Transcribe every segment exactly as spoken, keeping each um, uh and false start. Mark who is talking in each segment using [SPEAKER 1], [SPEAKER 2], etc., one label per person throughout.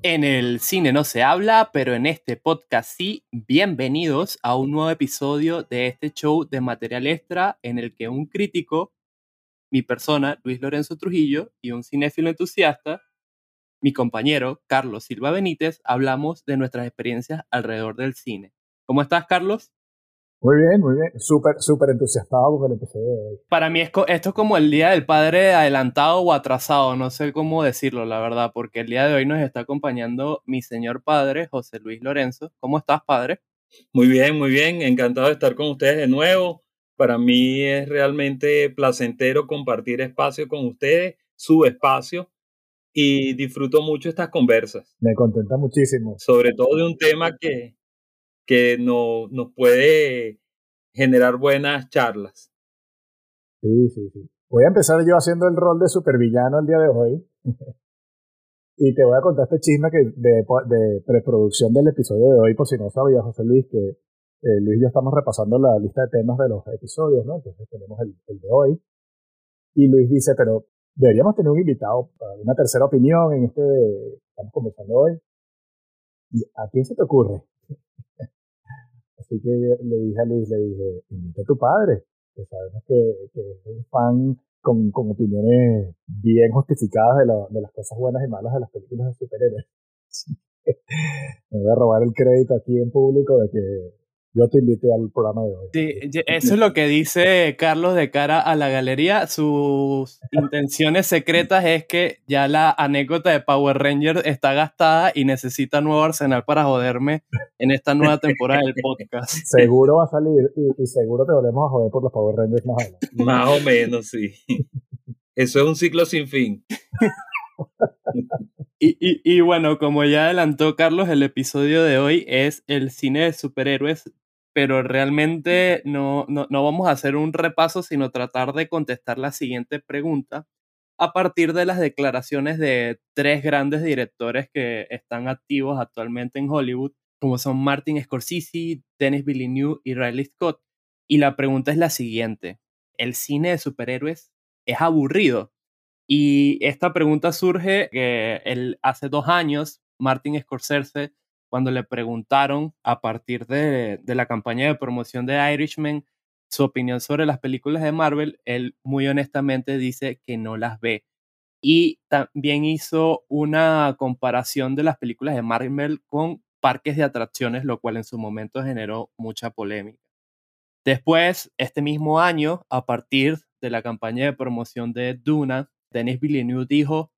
[SPEAKER 1] En el cine no se habla, pero en este podcast sí. Bienvenidos a un nuevo episodio de este show de material extra en el que un crítico, mi persona, Luis Lorenzo Trujillo, y un cinéfilo entusiasta, mi compañero, Carlos Silva Benítez, hablamos de nuestras experiencias alrededor del cine. ¿Cómo estás, Carlos?
[SPEAKER 2] Muy bien, muy bien. Súper, súper entusiasmado con el episodio de hoy.
[SPEAKER 1] Para mí es co- esto es como el Día del Padre adelantado o atrasado, no sé cómo decirlo, la verdad, porque el día de hoy nos está acompañando mi señor padre, José Luis Lorenzo. ¿Cómo estás, padre?
[SPEAKER 3] Muy bien, muy bien. Encantado de estar con ustedes de nuevo. Para mí es realmente placentero compartir espacio con ustedes, su espacio, y disfruto mucho estas conversas,
[SPEAKER 2] Me contenta muchísimo.
[SPEAKER 3] sobre todo de un tema que, que no- nos puede generar buenas charlas.
[SPEAKER 2] Sí, sí, sí. Voy a empezar yo haciendo el rol de supervillano el día de hoy. Y te voy a contar este chisme que de, de preproducción del episodio de hoy, por si no sabía, José Luis, que eh, Luis y yo estamos repasando la lista de temas de los episodios, ¿no? Entonces tenemos el, el de hoy. Y Luis dice, pero deberíamos tener un invitado para una tercera opinión en este de, estamos conversando hoy. ¿Y a quién se te ocurre? Así que le dije a Luis, le dije, invita a tu padre, que sabemos que, que es un fan con, con opiniones bien justificadas de, lo, de las cosas buenas y malas de las películas de superhéroes. Así que me voy a robar el crédito aquí en público de que yo te invité al programa de hoy.
[SPEAKER 1] Sí, ye- eso es lo que dice Carlos de cara a la galería. Sus intenciones secretas es que ya la anécdota de Power Rangers está gastada y necesita nuevo arsenal para joderme en esta nueva temporada del podcast.
[SPEAKER 2] Seguro va a salir y, y seguro te volvemos a joder por los Power Rangers más adelante.
[SPEAKER 3] Más o menos, sí. Eso es un ciclo sin fin.
[SPEAKER 1] Y, y, y bueno, como ya adelantó Carlos, el episodio de hoy es el cine de superhéroes, pero realmente no, no, no vamos a hacer un repaso, sino tratar de contestar la siguiente pregunta a partir de las declaraciones de tres grandes directores que están activos actualmente en Hollywood, como son Martin Scorsese, Denis Villeneuve y Ridley Scott. Y la pregunta es la siguiente: ¿el cine de superhéroes es aburrido? Y esta pregunta surge que el, hace dos años, Martin Scorsese, cuando le preguntaron a partir de, de la campaña de promoción de Irishman su opinión sobre las películas de Marvel, él muy honestamente dice que no las ve. Y también hizo una comparación de las películas de Marvel con parques de atracciones, lo cual en su momento generó mucha polémica. Después, este mismo año, a partir de la campaña de promoción de Duna, Denis Villeneuve dijo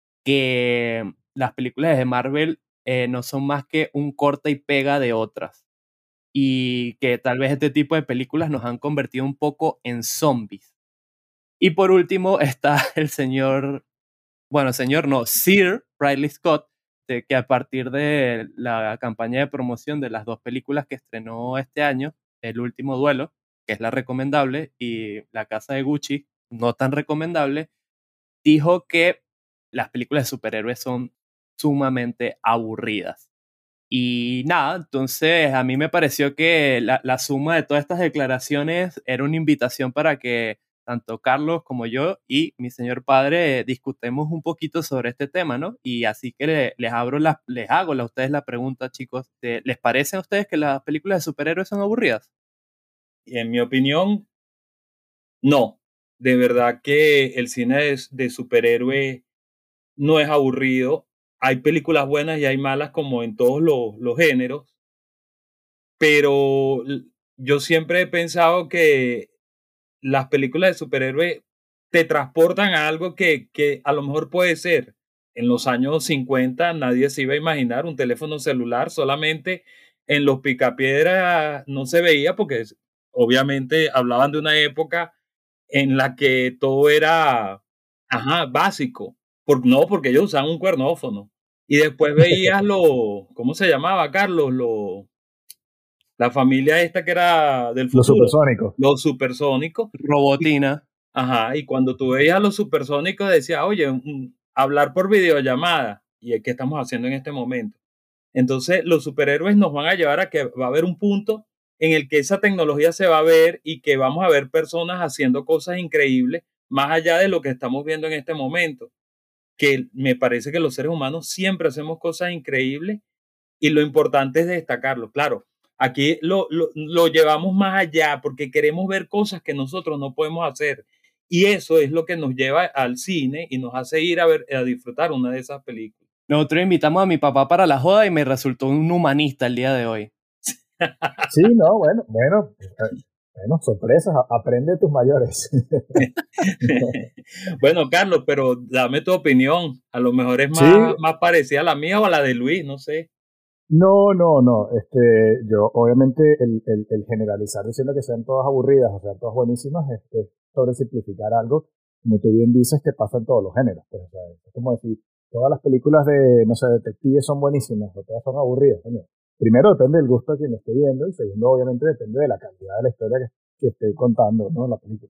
[SPEAKER 1] que las películas de Marvel eh, no son más que un corta y pega de otras y que tal vez este tipo de películas nos han convertido un poco en zombies. Y por último está el señor, bueno, señor no, Sir Ridley Scott, de que a partir de la campaña de promoción de las dos películas que estrenó este año, El Último Duelo, que es la recomendable, y La Casa de Gucci, no tan recomendable, dijo que las películas de superhéroes son sumamente aburridas. Y nada, entonces a mí me pareció que la, la suma de todas estas declaraciones era una invitación para que tanto Carlos como yo y mi señor padre eh, discutemos un poquito sobre este tema, ¿no? Y así que le- les, abro la, les hago a ustedes la pregunta, chicos, de, ¿les parece a ustedes que las películas de superhéroes son aburridas?
[SPEAKER 3] Y en mi opinión, no. De verdad que el cine de, de superhéroes no es aburrido. Hay películas buenas y hay malas como en todos los, los géneros, pero l- yo siempre he pensado que las películas de superhéroes te transportan a algo que, que a lo mejor puede ser. En los años cincuenta nadie se iba a imaginar un teléfono celular, solamente en los picapiedras no se veía porque obviamente hablaban de una época en la que todo era, ajá, básico. Por, no, porque ellos usaban un cuernófono. Y después veías lo, ¿cómo se llamaba, Carlos? Lo, la familia esta que era del
[SPEAKER 2] Los
[SPEAKER 3] futuro,
[SPEAKER 2] supersónicos.
[SPEAKER 3] los supersónicos. Y,
[SPEAKER 1] Robotina.
[SPEAKER 3] ajá, y cuando tú veías a los supersónicos decías, oye, un- hablar por videollamada. ¿Y qué estamos haciendo en este momento? Entonces, los superhéroes nos van a llevar a que va a haber un punto en el que esa tecnología se va a ver y que vamos a ver personas haciendo cosas increíbles más allá de lo que estamos viendo en este momento. que me parece que los seres humanos siempre hacemos cosas increíbles y lo importante es destacarlo. Claro, aquí lo, lo, lo llevamos más allá porque queremos ver cosas que nosotros no podemos hacer. Y eso es lo que nos lleva al cine y nos hace ir a ver, a disfrutar una de esas películas.
[SPEAKER 1] Nosotros invitamos a mi papá para la joda y me resultó un humanista el día de hoy.
[SPEAKER 2] Sí, no, bueno, bueno, bueno, sorpresas, aprende de tus mayores.
[SPEAKER 3] Bueno, Carlos, pero dame tu opinión. A lo mejor es
[SPEAKER 2] Sí,
[SPEAKER 3] más, más parecida a la mía o a la de Luis, no sé.
[SPEAKER 2] no, no, no. Este, yo, obviamente, el, el, el generalizar diciendo que sean todas aburridas o sean todas buenísimas es, es sobresimplificar algo, como tú bien dices, que pasa en todos los géneros. Pues, o sea, es como decir, todas las películas de, no sé, detectives son buenísimas o todas son aburridas. Coño, primero depende del gusto de quien lo esté viendo y segundo, obviamente, depende de la calidad de la historia que, que esté contando, ¿no? La película.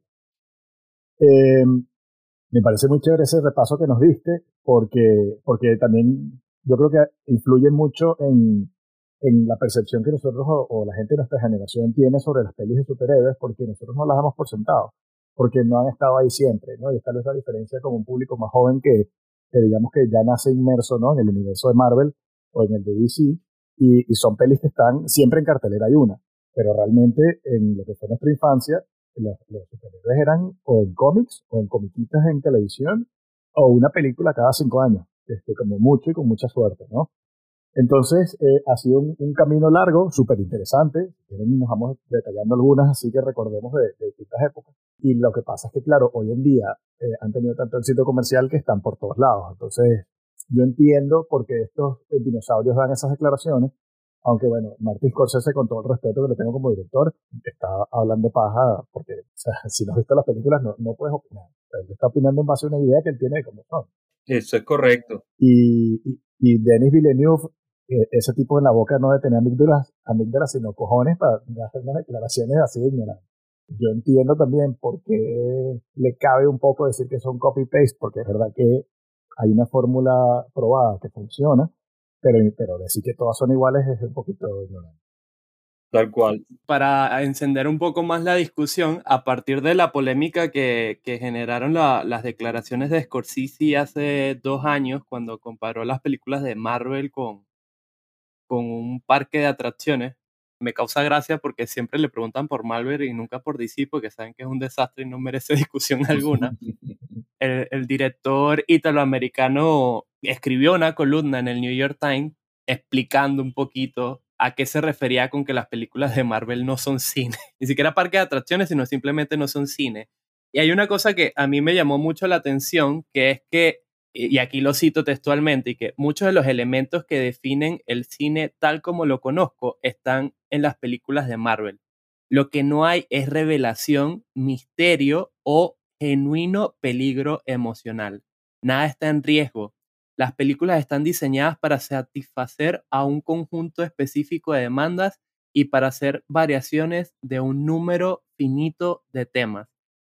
[SPEAKER 2] Eh, Me parece muy chévere ese repaso que nos diste, porque, porque también yo creo que influye mucho en, en la percepción que nosotros o, o la gente de nuestra generación tiene sobre las pelis de superhéroes, porque nosotros no las damos por sentado, porque no han estado ahí siempre, ¿no? Y esta es la diferencia con un público más joven que, que digamos que ya nace inmerso, ¿no? En el universo de Marvel o en el de D C, y, y son pelis que están siempre en cartelera, hay una, pero realmente en lo que fue nuestra infancia los, los superhéroes eran o en cómics o en comiquitas en televisión o una película cada cinco años, este, como mucho y con mucha suerte, ¿no? Entonces, eh, ha sido un, un camino largo, súper interesante. Si quieren, nos vamos detallando algunas, así que recordemos de, de distintas épocas. Y lo que pasa es que, claro, hoy en día eh, han tenido tanto éxito comercial que están por todos lados. Entonces, yo entiendo por qué estos eh, dinosaurios dan esas declaraciones, aunque bueno, Martin Scorsese, con todo el respeto que le tengo como director, está hablando paja, porque o sea, si no has visto las películas no, no puedes opinar. O sea, él está opinando en base a una idea que él tiene de cómo son.
[SPEAKER 3] Eso es correcto.
[SPEAKER 2] Y, y, y Denis Villeneuve, eh, ese tipo en la boca no de tener amígdalas, amígdalas sino cojones para hacer unas declaraciones así de ignorantes. Yo entiendo también por qué le cabe un poco decir que son copy-paste, porque es verdad que hay una fórmula probada que funciona, pero, pero decir que todas son iguales es un poquito ignorante.
[SPEAKER 3] Tal cual.
[SPEAKER 1] Para encender un poco más la discusión, a partir de la polémica que, que generaron la, las declaraciones de Scorsese hace dos años, cuando comparó las películas de Marvel con, con un parque de atracciones, me causa gracia porque siempre le preguntan por Marvel y nunca por D C, porque saben que es un desastre y no merece discusión alguna. El, el director italoamericano escribió una columna en el New York Times explicando un poquito a qué se refería con que las películas de Marvel no son cine. Ni siquiera parque de atracciones, sino simplemente no son cine. Y hay una cosa que a mí me llamó mucho la atención, que es que, y aquí lo cito textualmente, y que muchos de los elementos que definen el cine tal como lo conozco están en las películas de Marvel. Lo que no hay es revelación, misterio o genuino peligro emocional. Nada está en riesgo. Las películas están diseñadas para satisfacer a un conjunto específico de demandas y para hacer variaciones de un número finito de temas.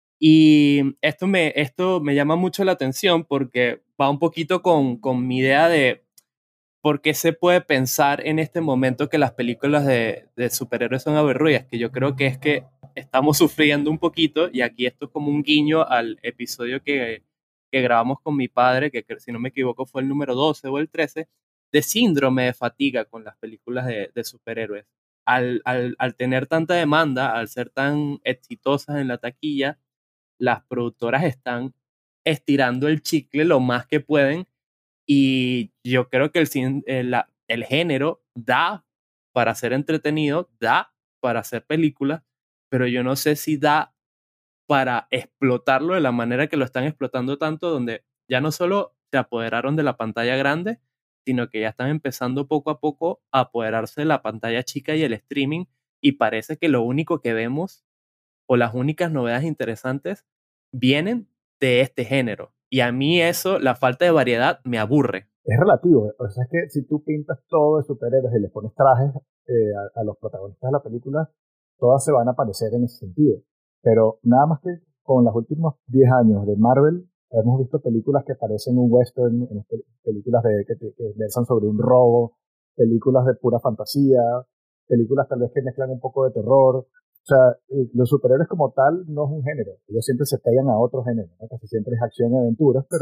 [SPEAKER 1] Y esto me, esto me llama mucho la atención porque va un poquito con, con mi idea de por qué se puede pensar en este momento que las películas de, de superhéroes son aburridas, que yo creo que es que estamos sufriendo un poquito, y aquí esto es como un guiño al episodio que, que grabamos con mi padre, que si no me equivoco fue el número doce o el trece, de síndrome de fatiga con las películas de, de superhéroes. Al, al, al tener tanta demanda, al ser tan exitosas en la taquilla, las productoras están estirando el chicle lo más que pueden, y yo creo que el, cin- eh, la- el género da para ser entretenido, da para hacer películas, pero yo no sé si da para explotarlo de la manera que lo están explotando tanto, donde ya no solo se apoderaron de la pantalla grande, sino que ya están empezando poco a poco a apoderarse de la pantalla chica y el streaming, y parece que lo único que vemos o las únicas novedades interesantes vienen de este género. Y a mí eso, la falta de variedad, me aburre.
[SPEAKER 2] Es relativo, o sea, es que si tú pintas todo de superhéroes y le pones trajes eh, a, a los protagonistas de la película, todas se van a parecer en ese sentido. Pero nada más que con los últimos diez años de Marvel, hemos visto películas que parecen un western, hemos pe- películas de, que, te- que versan sobre un robo, películas de pura fantasía, películas tal vez que mezclan un poco de terror. O sea, eh, los superhéroes como tal no es un género. Ellos siempre se pegan a otro género, ¿no? Casi siempre es acción y aventuras, pero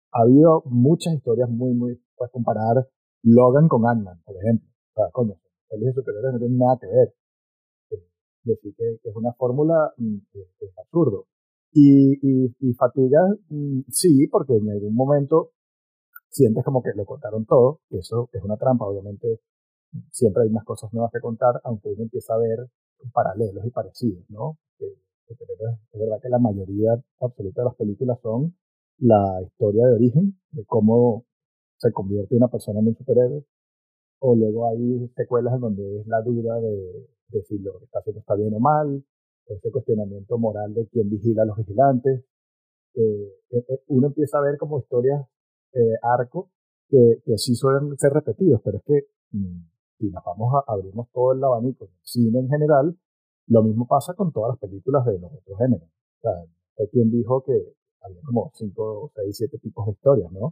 [SPEAKER 2] ha habido muchas historias muy, muy, puedes comparar Logan con Ant-Man, por ejemplo. O sea, coño, pelis de superhéroes no tienen nada que ver. Eh, Decir que, que es una fórmula mm, es, es absurdo. Y, y, y fatiga, mm, sí, porque en algún momento sientes como que lo contaron todo, y eso es una trampa, obviamente siempre hay más cosas nuevas que contar, aunque uno empieza a ver paralelos y parecidos, ¿no? Eh, superhéroes, es verdad que la mayoría absoluta de las películas son la historia de origen, de cómo se convierte una persona en un superhéroe, o luego hay secuelas en donde es la duda de, de si lo que está haciendo está bien o mal, o ese cuestionamiento moral de quién vigila a los vigilantes. Eh, eh, eh, uno empieza a ver como historias eh, arco que, que sí suelen ser repetidos, pero es que mm, si nos vamos a abrimos todo el abanico del cine en general, lo mismo pasa con todas las películas de los otros géneros. O sea, hay quien dijo que había como cinco, seis, siete tipos de historias, ¿no?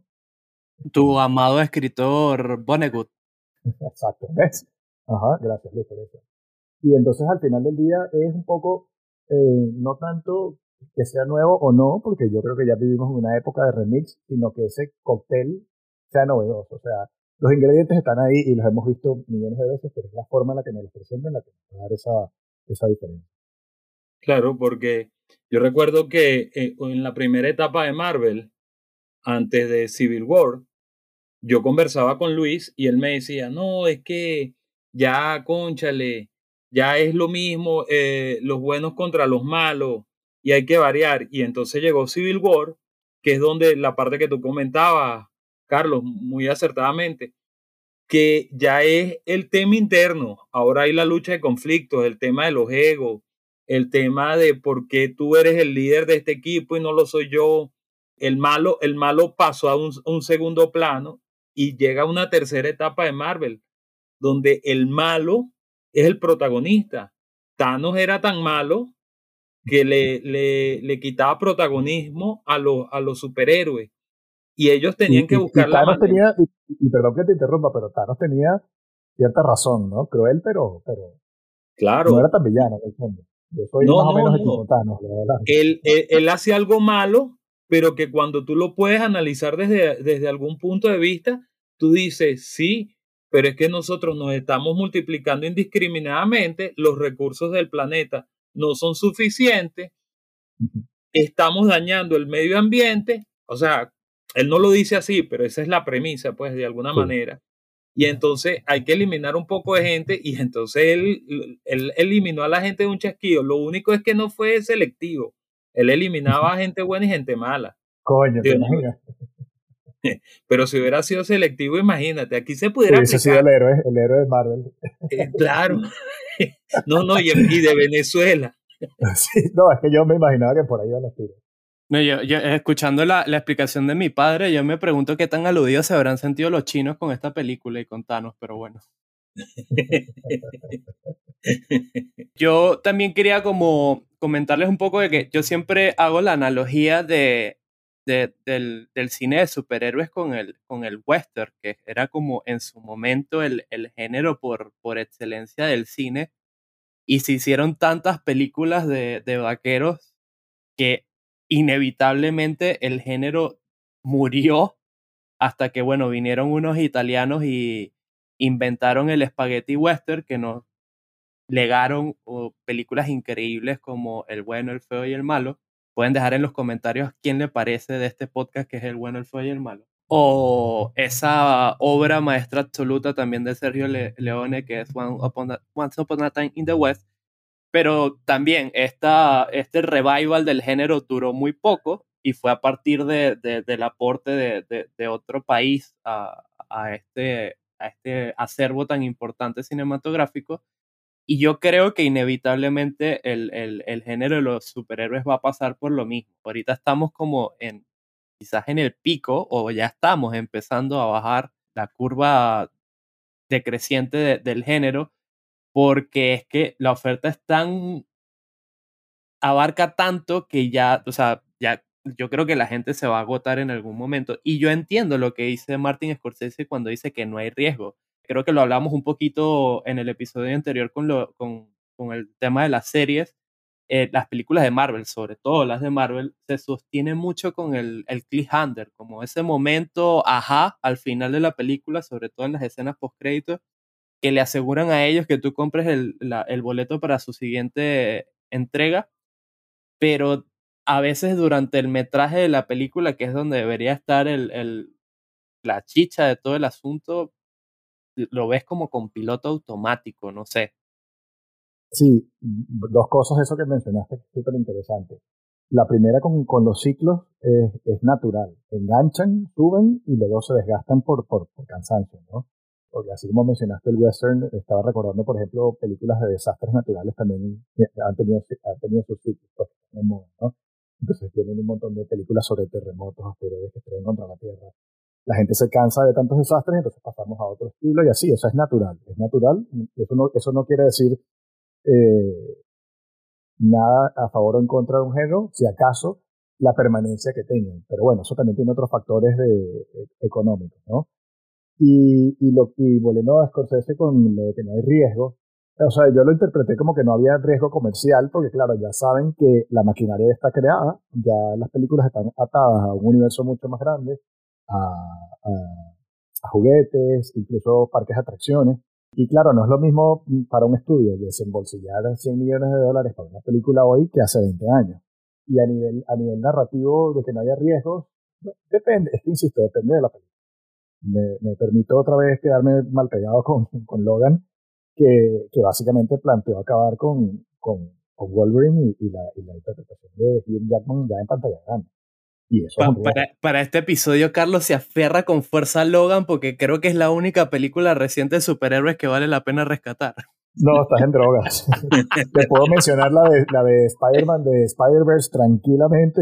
[SPEAKER 1] Tu amado escritor Vonnegut.
[SPEAKER 2] Exacto, ¿ves? Ajá, gracias Luis por eso. Y entonces al final del día es un poco, eh, no tanto que sea nuevo o no, porque yo creo que ya vivimos en una época de remix, sino que ese cóctel sea novedoso. O sea, los ingredientes están ahí y los hemos visto millones de veces, pero es la forma en la que nos los presentan la que nos va a dar esa, esa diferencia.
[SPEAKER 3] Claro, porque yo recuerdo que eh, en la primera etapa de Marvel, antes de Civil War, yo conversaba con Luis y él me decía, no, es que ya, cónchale, ya es lo mismo, eh, los buenos contra los malos y hay que variar. Y entonces llegó Civil War, que es donde la parte que tú comentabas, Carlos, muy acertadamente, que ya es el tema interno. Ahora hay la lucha de conflictos, el tema de los egos, el tema de por qué tú eres el líder de este equipo y no lo soy yo. El malo, el malo pasó a un, un segundo plano y llega a una tercera etapa de Marvel, donde el malo es el protagonista. Thanos era tan malo que le, le, le quitaba protagonismo a los, a los superhéroes y ellos
[SPEAKER 2] Y,
[SPEAKER 3] tenían que
[SPEAKER 2] y,
[SPEAKER 3] buscar
[SPEAKER 2] y
[SPEAKER 3] la
[SPEAKER 2] Thanos
[SPEAKER 3] manera.
[SPEAKER 2] tenía, y, y perdón que te interrumpa, pero Thanos tenía cierta razón, ¿no? Cruel, pero, pero no era
[SPEAKER 3] Claro,
[SPEAKER 2] tan villano en el fondo. Yo soy
[SPEAKER 3] no,
[SPEAKER 2] más o
[SPEAKER 3] no,
[SPEAKER 2] menos
[SPEAKER 3] no.
[SPEAKER 2] equipo Thanos, la verdad.
[SPEAKER 3] Él, él, él hace algo malo, pero que cuando tú lo puedes analizar desde, desde algún punto de vista, tú dices, sí, pero es que nosotros nos estamos multiplicando indiscriminadamente, los recursos del planeta no son suficientes, estamos dañando el medio ambiente, o sea, él no lo dice así, pero esa es la premisa, pues, de alguna
[SPEAKER 2] Sí.
[SPEAKER 3] manera. Y entonces hay que eliminar un poco de gente y entonces él, él eliminó a la gente de un chasquido. Lo único es que no fue selectivo. Él eliminaba a gente buena y gente mala.
[SPEAKER 2] Coño, ¿te
[SPEAKER 3] Digo, no,
[SPEAKER 2] imaginas?
[SPEAKER 3] pero si hubiera sido selectivo, imagínate, aquí se pudiera
[SPEAKER 2] Hubiese sido
[SPEAKER 3] aplicar.
[SPEAKER 2] el héroe, el héroe de Marvel.
[SPEAKER 3] Eh, claro. No, no, y, y de Venezuela.
[SPEAKER 2] Sí, no, es que yo me imaginaba que por ahí iban los tiros.
[SPEAKER 1] No, yo, yo, escuchando la, la explicación de mi padre, yo me pregunto qué tan aludidos se habrán sentido los chinos con esta película y con Thanos, pero bueno. Yo también quería como comentarles un poco de que yo siempre hago la analogía de, de- del, del cine de superhéroes con el, con el western, que era como en su momento el, el género por, por excelencia del cine, y se hicieron tantas películas de, de vaqueros que inevitablemente el género murió hasta que, bueno, vinieron unos italianos y inventaron el spaghetti western que nos legaron o películas increíbles como El bueno, el feo y el malo. Pueden dejar en los comentarios quién le parece de este podcast que es El bueno, el feo y el malo. O esa obra maestra absoluta también de Sergio Le Leone que es One Upon a, Once Upon a Time in the West. Pero también esta, este revival del género duró muy poco y fue a partir de, de, del aporte de, de, de otro país a, a, este, a este acervo tan importante cinematográfico. Y yo creo que inevitablemente el, el, el género de los superhéroes va a pasar por lo mismo. Ahorita estamos como en, quizás en el pico o ya estamos empezando a bajar la curva decreciente de, del género porque es que la oferta es tan, abarca tanto que ya, o sea, ya yo creo que la gente se va a agotar en algún momento. Y yo entiendo lo que dice Martin Scorsese cuando dice que no hay riesgo. Creo que lo hablamos un poquito en el episodio anterior con, lo, con, con el tema de las series, eh, las películas de Marvel, sobre todo las de Marvel, se sostienen mucho con el, el cliffhanger, como ese momento, ajá, al final de la película, sobre todo en las escenas post-créditos, que le aseguran a ellos que tú compres el, la, el boleto para su siguiente entrega, pero a veces durante el metraje de la película, que es donde debería estar el, el, la chicha de todo el asunto, lo ves como con piloto automático, no sé.
[SPEAKER 2] Sí, dos cosas eso que mencionaste, súper interesante. La primera con, con los ciclos es, es natural. Enganchan, suben y luego se desgastan por, por, por cansancio, ¿no? Porque así como mencionaste el western, estaba recordando, por ejemplo, películas de desastres naturales también han tenido, han tenido sus ciclos, pues, en moda, ¿no? Entonces tienen un montón de películas sobre terremotos, asteroides que estrellan contra la Tierra. La gente se cansa de tantos desastres, entonces pasamos a otro estilo y así, o sea, es natural, es natural. Eso no, eso no quiere decir eh, nada a favor o en contra de un género, si acaso la permanencia que tengan. Pero bueno, eso también tiene otros factores de, eh, económicos, ¿no? Y, y, lo, y volviendo a Scorsese con lo de que no hay riesgo, o sea, yo lo interpreté como que no había riesgo comercial, porque claro, ya saben que la maquinaria ya está creada, ya las películas están atadas a un universo mucho más grande, a, a, a juguetes, incluso parques de atracciones. Y claro, no es lo mismo para un estudio desembolsillar cien millones de dólares para una película hoy que hace veinte años. Y a nivel, a nivel narrativo de que no haya riesgos, depende, es que insisto, depende de la película. Me, me permito otra vez quedarme mal pegado con, con Logan, que, que básicamente planteó acabar con, con, con Wolverine y, y, la, y la interpretación de Hugh Jackman ya en pantalla grande. Y eso
[SPEAKER 1] Pa
[SPEAKER 2] es un riesgo.
[SPEAKER 1] para, para este episodio, Carlos se aferra con fuerza a Logan porque creo que es la única película reciente de superhéroes que vale la pena rescatar.
[SPEAKER 2] No, estás en drogas. Te puedo mencionar la de, la de Spider-Man, de Spider-Verse tranquilamente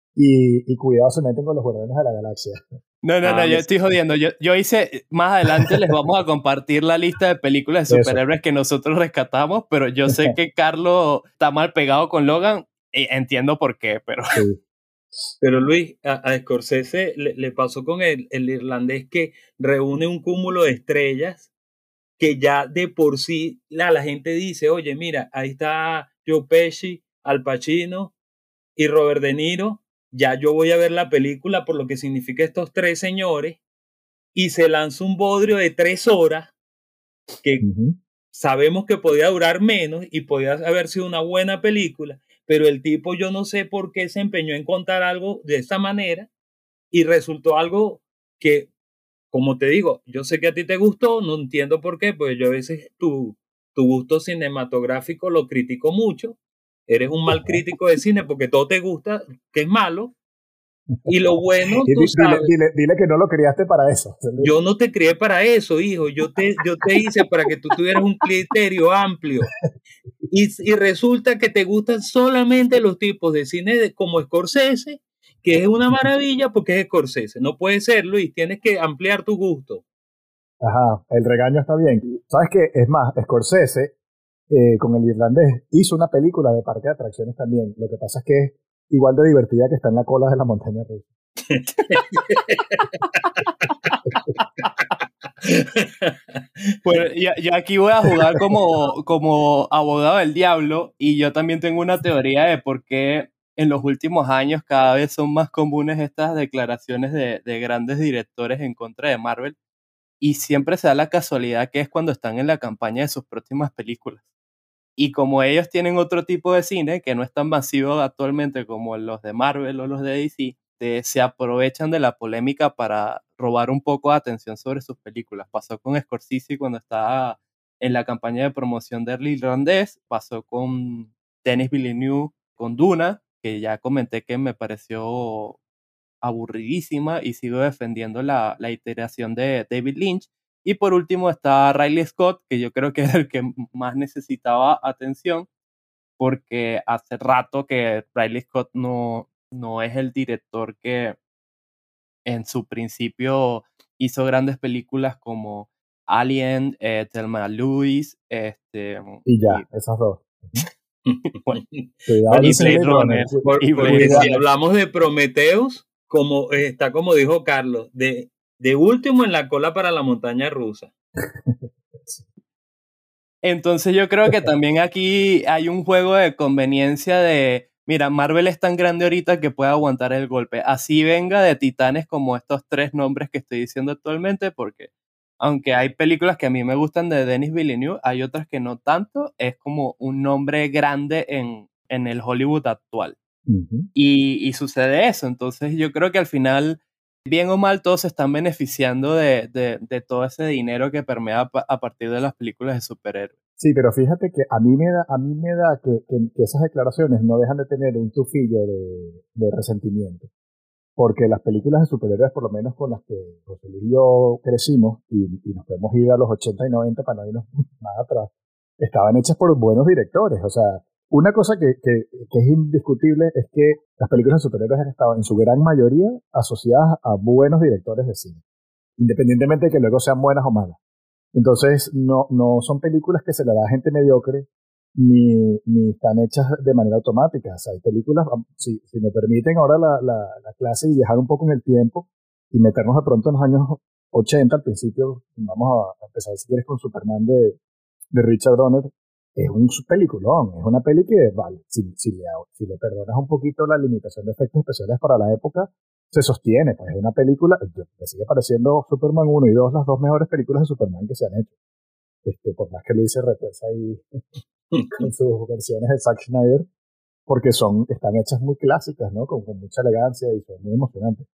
[SPEAKER 2] y, y cuidado se meten con los Guardianes de la Galaxia.
[SPEAKER 1] No, no,
[SPEAKER 3] Ah,
[SPEAKER 1] no, yo estoy jodiendo. Yo, yo hice, más adelante les vamos a compartir la lista de películas de superhéroes que nosotros rescatamos, pero yo sé que Carlos está mal pegado con Logan y entiendo por qué, pero...
[SPEAKER 2] Sí.
[SPEAKER 3] Pero Luis, a, a Scorsese le, le pasó con el, el irlandés que reúne un cúmulo de estrellas que ya de por sí la, la gente dice, oye, mira, ahí está Joe Pesci, Al Pacino y Robert De Niro, ya yo voy a ver la película por lo que significa estos tres señores, y se lanza un bodrio de tres horas que
[SPEAKER 2] Uh-huh.
[SPEAKER 3] sabemos que podía durar menos y podía haber sido una buena película, pero el tipo yo no sé por qué se empeñó en contar algo de esa manera y resultó algo que, como te digo, yo sé que a ti te gustó, no entiendo por qué, pues yo a veces tu, tu gusto cinematográfico lo critico mucho, eres un mal crítico de cine porque todo te gusta, que es malo, y lo bueno,
[SPEAKER 2] Y
[SPEAKER 3] tú
[SPEAKER 2] dile,
[SPEAKER 3] sabes.
[SPEAKER 2] dile, dile que no lo criaste para eso.
[SPEAKER 3] Yo no te crié para eso, hijo, yo te, yo te hice para que tú tuvieras un criterio amplio. Y, y resulta que te gustan solamente los tipos de cine de, como Scorsese, que es una maravilla porque es Scorsese. No puede ser, Luis, tienes que ampliar tu gusto.
[SPEAKER 2] Ajá, el regaño está bien. ¿Sabes qué? Es más, Scorsese, eh, con el irlandés, hizo una película de parque de atracciones también. Lo que pasa es que es igual de divertida que está en la cola de la montaña rusa.
[SPEAKER 1] Bueno, yo, yo aquí voy a jugar como, como abogado del diablo y yo también tengo una teoría de por qué en los últimos años cada vez son más comunes estas declaraciones de, de grandes directores en contra de Marvel y siempre se da la casualidad que es cuando están en la campaña de sus próximas películas. Y como ellos tienen otro tipo de cine que no es tan masivo actualmente como los de Marvel o los de D C, de- se aprovechan de la polémica para robar un poco de atención sobre sus películas. Pasó con Scorsese cuando estaba en la campaña de promoción del irlandés, pasó con Denis Villeneuve con Duna, que ya comenté que me pareció aburridísima y sigo defendiendo la, la iteración de David Lynch. Y por último está Riley Scott, que yo creo que es el que más necesitaba atención, porque hace rato que Riley Scott no, no es el director que en su principio hizo grandes películas como Alien, eh, Thelma Lewis, este,
[SPEAKER 2] Y ya,
[SPEAKER 1] y,
[SPEAKER 2] esas dos. Uh-huh.
[SPEAKER 1] bueno,
[SPEAKER 2] Cuidado,
[SPEAKER 3] Bueno,
[SPEAKER 1] y
[SPEAKER 2] Lucy
[SPEAKER 3] sí,
[SPEAKER 1] Blade
[SPEAKER 2] Blade Runner.
[SPEAKER 1] Runner.
[SPEAKER 3] por,
[SPEAKER 1] Y Blade
[SPEAKER 3] porque si
[SPEAKER 2] Cuidado.
[SPEAKER 1] Runner.
[SPEAKER 3] hablamos de Prometheus, como eh, está como dijo Carlos, de, de último en la cola para la montaña rusa.
[SPEAKER 1] Entonces yo creo que también aquí hay un juego de conveniencia de, mira, Marvel es tan grande ahorita que puede aguantar el golpe. Así venga de titanes como estos tres nombres que estoy diciendo actualmente, porque aunque hay películas que a mí me gustan de Denis Villeneuve, hay otras que no tanto. Es como un nombre grande en, en el Hollywood actual.
[SPEAKER 2] Uh-huh.
[SPEAKER 1] Y, y sucede eso. Entonces yo creo que al final, bien o mal, todos se están beneficiando de, de, de todo ese dinero que permea pa- a partir de las películas de superhéroes.
[SPEAKER 2] Sí, pero fíjate que a mí me da, a mí me da que, que, que esas declaraciones no dejan de tener un tufillo de, de resentimiento. Porque las películas de superhéroes, por lo menos con las que José Luis y yo crecimos, y, y nos podemos ir a los ochenta y noventa para no irnos más atrás, estaban hechas por buenos directores. O sea, una cosa que, que, que es indiscutible es que las películas de superhéroes han estado en su gran mayoría asociadas a buenos directores de cine, independientemente de que luego sean buenas o malas. Entonces, no, no son películas que se le da a gente mediocre, ni, ni están hechas de manera automática. O sea, hay películas, si, si me permiten ahora la, la, la clase y viajar un poco en el tiempo y meternos de pronto en los años ochenta, al principio, vamos a empezar si quieres con Superman de, de Richard Donner. Es un peliculón, es una peli que, vale, si, si, le, si le perdonas un poquito la limitación de efectos especiales para la época, se sostiene, pues es una película, me sigue pareciendo Superman uno y dos las dos mejores películas de Superman que se han hecho. Este, por más que Luis se retuerza ahí con sus versiones de Zack Snyder, porque son, están hechas muy clásicas, ¿no? Con, con mucha elegancia y son muy emocionantes.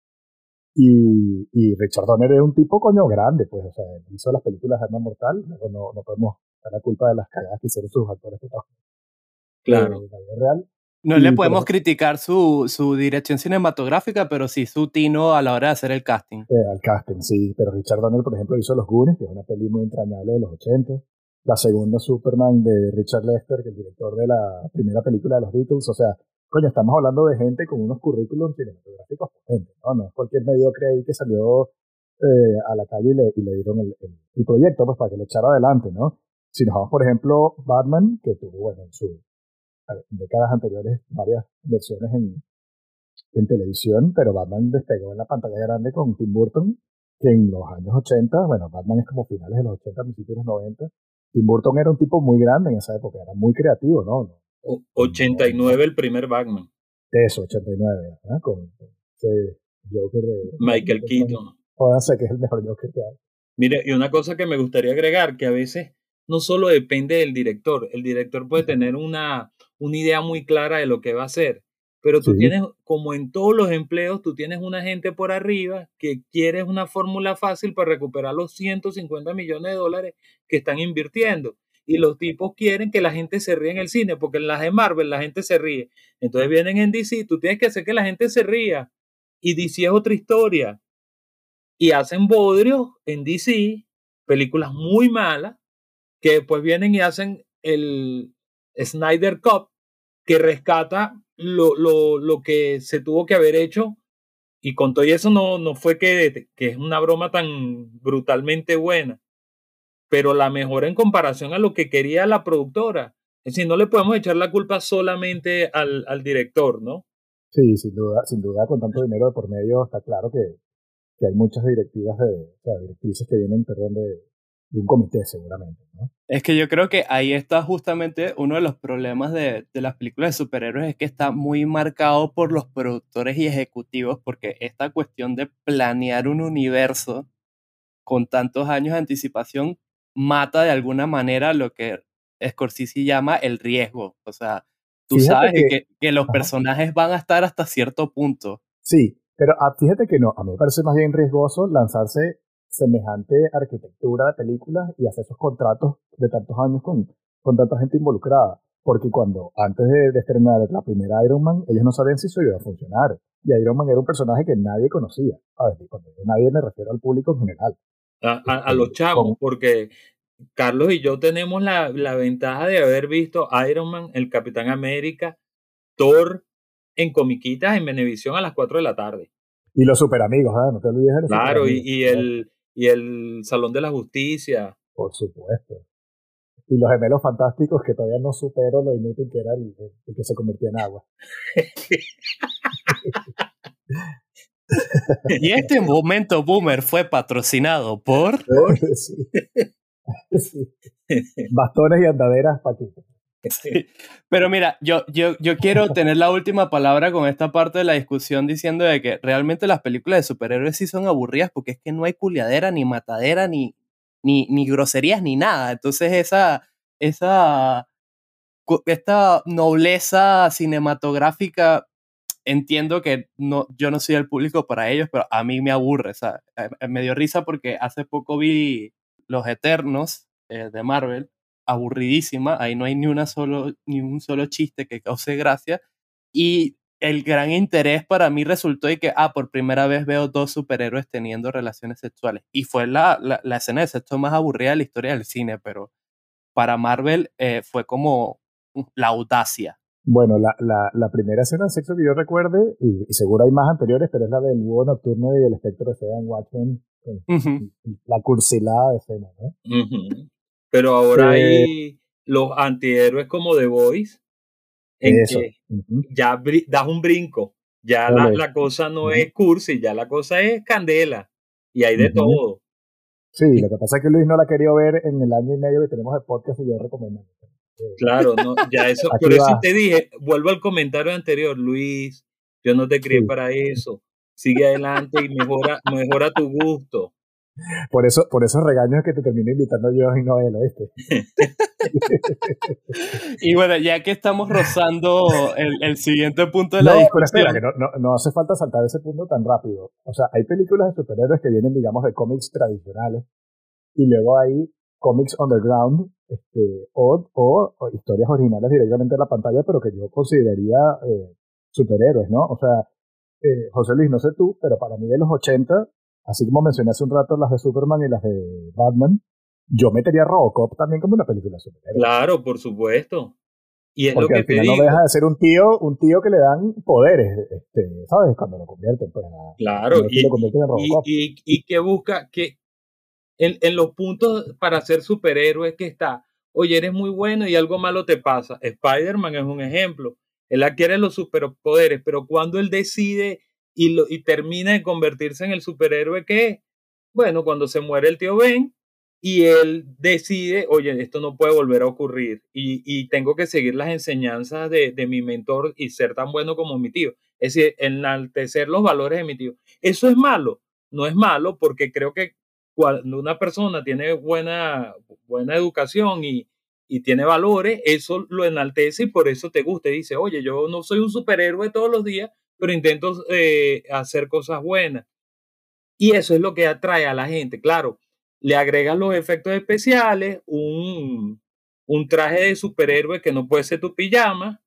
[SPEAKER 2] Y, y Richard Donner es un tipo coño grande, pues, o sea, hizo las películas de Arma Mortal, luego no, no podemos dar la culpa de las cagadas que hicieron sus actores protagonistas.
[SPEAKER 3] Claro.
[SPEAKER 2] Eh, la vida real.
[SPEAKER 1] No
[SPEAKER 2] y,
[SPEAKER 1] le podemos
[SPEAKER 2] pero,
[SPEAKER 1] criticar su, su dirección cinematográfica, pero sí su tino a la hora de hacer el casting.
[SPEAKER 2] Eh, al casting, sí, pero Richard Donner, por ejemplo, hizo Los Goonies, que es una peli muy entrañable de los ochenta. La segunda Superman de Richard Lester, que es el director de la primera película de los Beatles. O sea, coño, estamos hablando de gente con unos currículums cinematográficos potentes, ¿no? No es cualquier mediocre ahí que salió eh, a la calle y le, y le dieron el, el, el proyecto pues para que lo echara adelante, ¿no? Si nos vamos, por ejemplo, Batman, que tuvo, bueno, en sus décadas anteriores varias versiones en, en televisión, pero Batman despegó en la pantalla grande con Tim Burton, que en los años ochenta, bueno, Batman es como finales de los ochenta, principios de los noventa, Tim Burton era un tipo muy grande en esa época, era muy creativo, ¿no? no
[SPEAKER 3] o, ochenta y nueve no, el primer Batman.
[SPEAKER 2] Eso, ochenta y nueve, ¿eh? Con, con ese Joker de
[SPEAKER 3] Michael Keaton.
[SPEAKER 2] Jódanse que es el mejor Joker que hay.
[SPEAKER 3] Mire, y una cosa que me gustaría agregar, que a veces no solo depende del director, el director puede tener una, una idea muy clara de lo que va a hacer, pero tú sí. tienes, como en todos los empleos, tú tienes una gente por arriba que quiere una fórmula fácil para recuperar los ciento cincuenta millones de dólares que están invirtiendo. Y los tipos quieren que la gente se ríe en el cine, porque en las de Marvel la gente se ríe. Entonces vienen en D C, tú tienes que hacer que la gente se ría. Y D C es otra historia. Y hacen bodrios en D C, películas muy malas, que después vienen y hacen el Snyder Cut, que rescata lo, lo, lo que se tuvo que haber hecho. Y con todo eso no, no fue que, que es una broma tan brutalmente buena, pero la mejora en comparación a lo que quería la productora. Es decir, no le podemos echar la culpa solamente al, al director, ¿no?
[SPEAKER 2] Sí, sin duda, sin duda, con tanto dinero de por medio, está claro que, que hay muchas directivas de, o sea, directrices que vienen, perdón, de, de un comité seguramente, ¿no?
[SPEAKER 1] Es que yo creo que ahí está justamente uno de los problemas de, de las películas de superhéroes, es que está muy marcado por los productores y ejecutivos, porque esta cuestión de planear un universo con tantos años de anticipación mata de alguna manera lo que Scorsese llama el riesgo. O sea, tú fíjate sabes que, que, que los ajá. personajes van a estar hasta cierto punto.
[SPEAKER 2] Sí, pero ah, fíjate que no, a mí me parece más bien riesgoso lanzarse semejante arquitectura de películas y hacer esos contratos de tantos años con, con tanta gente involucrada. Porque cuando, antes de, de estrenar la primera Iron Man, ellos no sabían si eso iba a funcionar. Y Iron Man era un personaje que nadie conocía. ¿Sabes? Y cuando digo nadie me refiero al público en general.
[SPEAKER 3] A, a, a los chavos, con, porque Carlos y yo tenemos la, la ventaja de haber visto Iron Man, el Capitán América, Thor, en comiquitas en Venevisión a las cuatro de la tarde.
[SPEAKER 2] Y los super amigos, ¿eh? No te olvides de los
[SPEAKER 3] Claro,
[SPEAKER 2] super amigos,
[SPEAKER 3] y, y, el, y el Salón de la Justicia.
[SPEAKER 2] Por supuesto. Y los gemelos fantásticos, que todavía no supero lo inútil que era el, el que se convertía en agua.
[SPEAKER 1] Y este momento boomer fue patrocinado por...
[SPEAKER 2] Sí. Sí. Bastones y andaderas, Paquito.
[SPEAKER 1] Sí. Pero mira, yo, yo, yo quiero tener la última palabra con esta parte de la discusión diciendo de que realmente las películas de superhéroes sí son aburridas porque es que no hay culiadera, ni matadera, ni, ni, ni groserías, ni nada. Entonces esa, esa, esta nobleza cinematográfica, entiendo que no, yo no soy el público para ellos, pero a mí me aburre. O sea, me dio risa porque hace poco vi Los Eternos eh, de Marvel, aburridísima, ahí no hay ni, una solo, ni un solo chiste que cause gracia, y el gran interés para mí resultó de que, ah, por primera vez veo dos superhéroes teniendo relaciones sexuales, y fue la, la, la escena de sexo más aburrida de la historia del cine, pero para Marvel eh, fue como la audacia.
[SPEAKER 2] Bueno, la, la, la primera escena de sexo que yo recuerde, y, y seguro hay más anteriores, pero es la del búho nocturno y el espectro de seda en Watchmen, uh-huh. La cursilada de escena, ¿no?
[SPEAKER 3] Uh-huh. Pero ahora eh, hay los antihéroes como The Voice, en eso. que uh-huh. ya br- das un brinco, ya la, la cosa no uh-huh. es cursi, ya la cosa es candela, y hay de uh-huh. todo.
[SPEAKER 2] Sí, lo que pasa es que Luis no la quería ver en el año y medio que tenemos de podcast y yo recomiendo.
[SPEAKER 3] Claro, no, ya eso, por eso va. Te dije, vuelvo al comentario anterior, Luis, yo no te crié sí. para eso, sigue adelante y mejora, mejora tu gusto.
[SPEAKER 2] Por eso, por esos regaños que te termino invitando yo y no él, ¿oíste?
[SPEAKER 1] Y bueno, ya que estamos rozando el, el siguiente punto de
[SPEAKER 2] no,
[SPEAKER 1] la discusión.
[SPEAKER 2] Pero espera, que no, no, no hace falta saltar ese punto tan rápido. O sea, hay películas de superhéroes que vienen, digamos, de cómics tradicionales y luego hay cómics underground este, o, o, o historias originales directamente en la pantalla, pero que yo consideraría eh, superhéroes, ¿no? O sea, eh, José Luis, no sé tú, pero para mí de los ochenta, así como mencioné hace un rato las de Superman y las de Batman, yo metería Robocop también como una película de superhéroes.
[SPEAKER 3] Claro, por supuesto. Y es
[SPEAKER 2] Porque
[SPEAKER 3] lo que
[SPEAKER 2] al final
[SPEAKER 3] te digo.
[SPEAKER 2] no deja de ser un tío, un tío que le dan poderes, este, ¿sabes? Cuando lo convierten, pues, a,
[SPEAKER 3] claro, y,
[SPEAKER 2] lo convierten en Robocop.
[SPEAKER 3] Y, y, y que busca que en, en los puntos para ser superhéroe que está, oye, eres muy bueno y algo malo te pasa. Spider-Man es un ejemplo. Él adquiere los superpoderes, pero cuando él decide y, lo, y termina de convertirse en el superhéroe que es, bueno, cuando se muere el tío Ben y él decide, oye, esto no puede volver a ocurrir y, y tengo que seguir las enseñanzas de, de mi mentor y ser tan bueno como mi tío. Es decir, enaltecer los valores de mi tío. ¿Eso es malo? No es malo porque creo que cuando una persona tiene buena, buena educación y, y tiene valores, eso lo enaltece y por eso te gusta. Y dice, oye, yo no soy un superhéroe todos los días, pero intento eh, hacer cosas buenas. Y eso es lo que atrae a la gente. Claro, le agregan los efectos especiales, un, un traje de superhéroe que no puede ser tu pijama.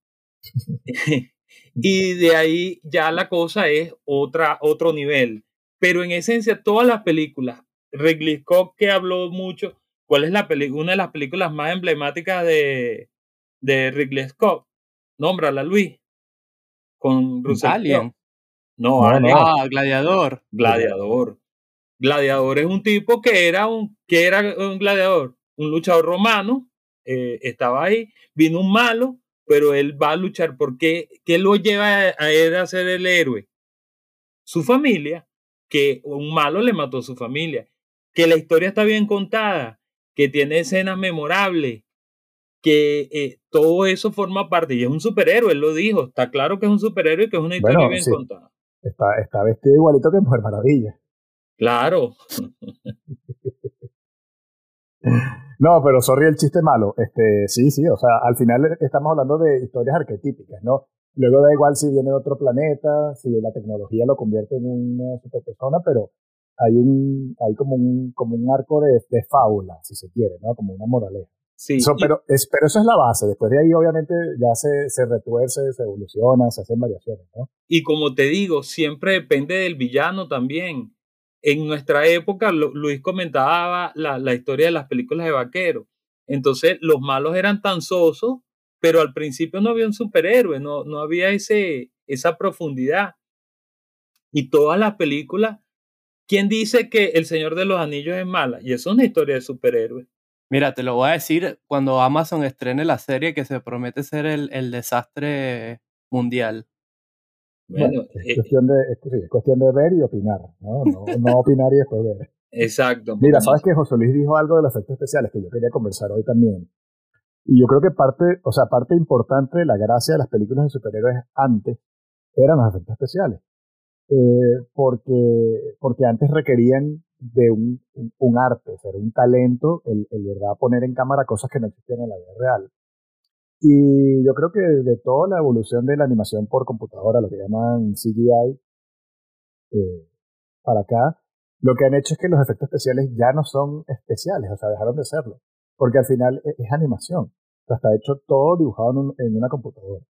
[SPEAKER 3] Y de ahí ya la cosa es otra, otro nivel. Pero en esencia, todas las películas, Ridley Scott, que habló mucho, ¿cuál es la peli- una de las películas más emblemáticas de, de Ridley Scott? Nómbrala, Luis. Con Russell
[SPEAKER 1] Alien.
[SPEAKER 3] No,
[SPEAKER 1] no,
[SPEAKER 3] Alien.
[SPEAKER 1] No. Ah, Gladiador.
[SPEAKER 3] Gladiador. Gladiador es un tipo que era un, que era un gladiador, un luchador romano, eh, estaba ahí, vino un malo, pero él va a luchar. ¿Por qué? ¿Qué lo lleva a él a ser el héroe? Su familia, que un malo le mató a su familia, que la historia está bien contada, que tiene escenas memorables, que eh, todo eso forma parte, y es un superhéroe, él lo dijo, está claro que es un superhéroe y que es una historia
[SPEAKER 2] bueno,
[SPEAKER 3] bien
[SPEAKER 2] sí.
[SPEAKER 3] contada.
[SPEAKER 2] Está, está vestido igualito que Mujer Maravilla.
[SPEAKER 3] Claro.
[SPEAKER 2] No, pero sorry el chiste malo. Este, sí, sí, o sea, al final estamos hablando de historias arquetípicas, ¿no? Luego da igual si viene de otro planeta, si la tecnología lo convierte en una superpersona, pero hay un, hay como un, como un arco de, de fábula, si se quiere, ¿no? Como una moraleja.
[SPEAKER 3] Sí.
[SPEAKER 2] So, pero, es, pero eso es la base. Después de ahí, obviamente, ya se, se retuerce, se evoluciona, se hacen variaciones, ¿no?
[SPEAKER 3] Y como te digo, siempre depende del villano también. En nuestra época, Luis comentaba la, la historia de las películas de vaqueros. Entonces, los malos eran tan sosos, pero al principio no había un superhéroe, no, no había ese, esa profundidad. Y todas las películas, ¿quién dice que El Señor de los Anillos es mala? Y eso es una historia de superhéroes.
[SPEAKER 1] Mira, te lo voy a decir cuando Amazon estrene la serie que se promete ser el, el desastre mundial.
[SPEAKER 2] Bueno, bueno es, eh, cuestión de, es, es cuestión de ver y opinar, ¿no? No, no opinar y después ver.
[SPEAKER 3] Exacto.
[SPEAKER 2] Mira, sabes que José Luis dijo algo de los efectos especiales que yo quería conversar hoy también. Y yo creo que parte, o sea, parte importante de la gracia de las películas de superhéroes antes eran los efectos especiales. Eh, porque, porque antes requerían de un, un, un arte, o sea, un talento, el, el verdad poner en cámara cosas que no existían en la vida real. Y yo creo que de toda la evolución de la animación por computadora, lo que llaman C G I, eh, para acá, lo que han hecho es que los efectos especiales ya no son especiales, o sea, dejaron de serlo. Porque al final es, es animación. O sea, está hecho todo dibujado en, un, en una computadora.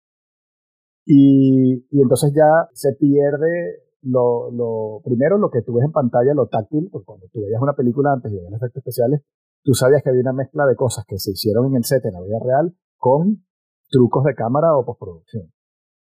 [SPEAKER 2] Y, y entonces ya se pierde lo, lo, primero lo que tú ves en pantalla, lo táctil, porque cuando tú veías una película antes y veías efectos especiales, tú sabías que había una mezcla de cosas que se hicieron en el set en la vida real con trucos de cámara o postproducción.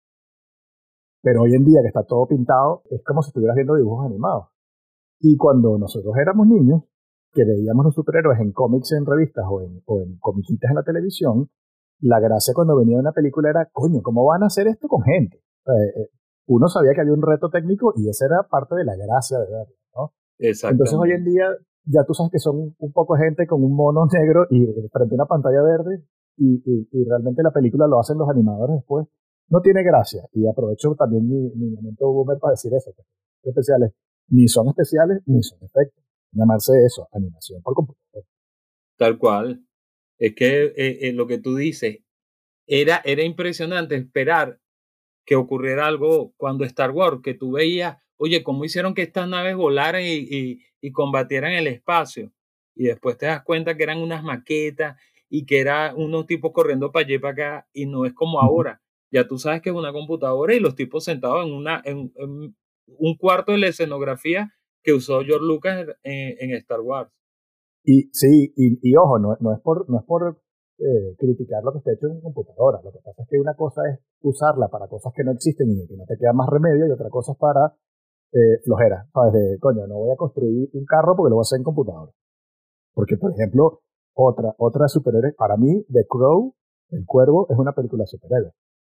[SPEAKER 2] Pero hoy en día que está todo pintado, es como si estuvieras viendo dibujos animados. Y cuando nosotros éramos niños, que veíamos los superhéroes en cómics, en revistas o en, o en comiquitas en la televisión, la gracia cuando venía una película era, coño, ¿cómo van a hacer esto con gente? Eh, eh, uno sabía que había un reto técnico y esa era parte de la gracia de verlo, ¿no? Entonces hoy en día ya tú sabes que son un poco de gente con un mono negro y frente a una pantalla verde y, y, y realmente la película lo hacen los animadores después. No tiene gracia. Y aprovecho también mi, mi momento boomer para decir eso. Especiales. Ni son especiales ni son efectos. Llamarse eso, animación por computador.
[SPEAKER 3] Tal cual. Es que eh, eh, lo que tú dices, era, era impresionante esperar que ocurriera algo cuando Star Wars, que tú veías, oye, ¿cómo hicieron que estas naves volaran y, y, y combatieran el espacio? Y después te das cuenta que eran unas maquetas y que eran unos tipos corriendo para allá y para acá, y no es como ahora. Ya tú sabes que es una computadora y los tipos sentados en, una, en, en un cuarto de la escenografía que usó George Lucas en, en Star Wars.
[SPEAKER 2] Y sí, y, y ojo, no, no es por, no es por eh, criticar lo que está hecho en computadora. Lo que pasa es que una cosa es usarla para cosas que no existen y que no te queda más remedio, y otra cosa es para eh, flojera. ¿Sabes? De, coño, no voy a construir un carro porque lo voy a hacer en computadora. Porque, por ejemplo, otra, otra superhéroe, para mí, The Crow, El Cuervo, es una película de superhéroe.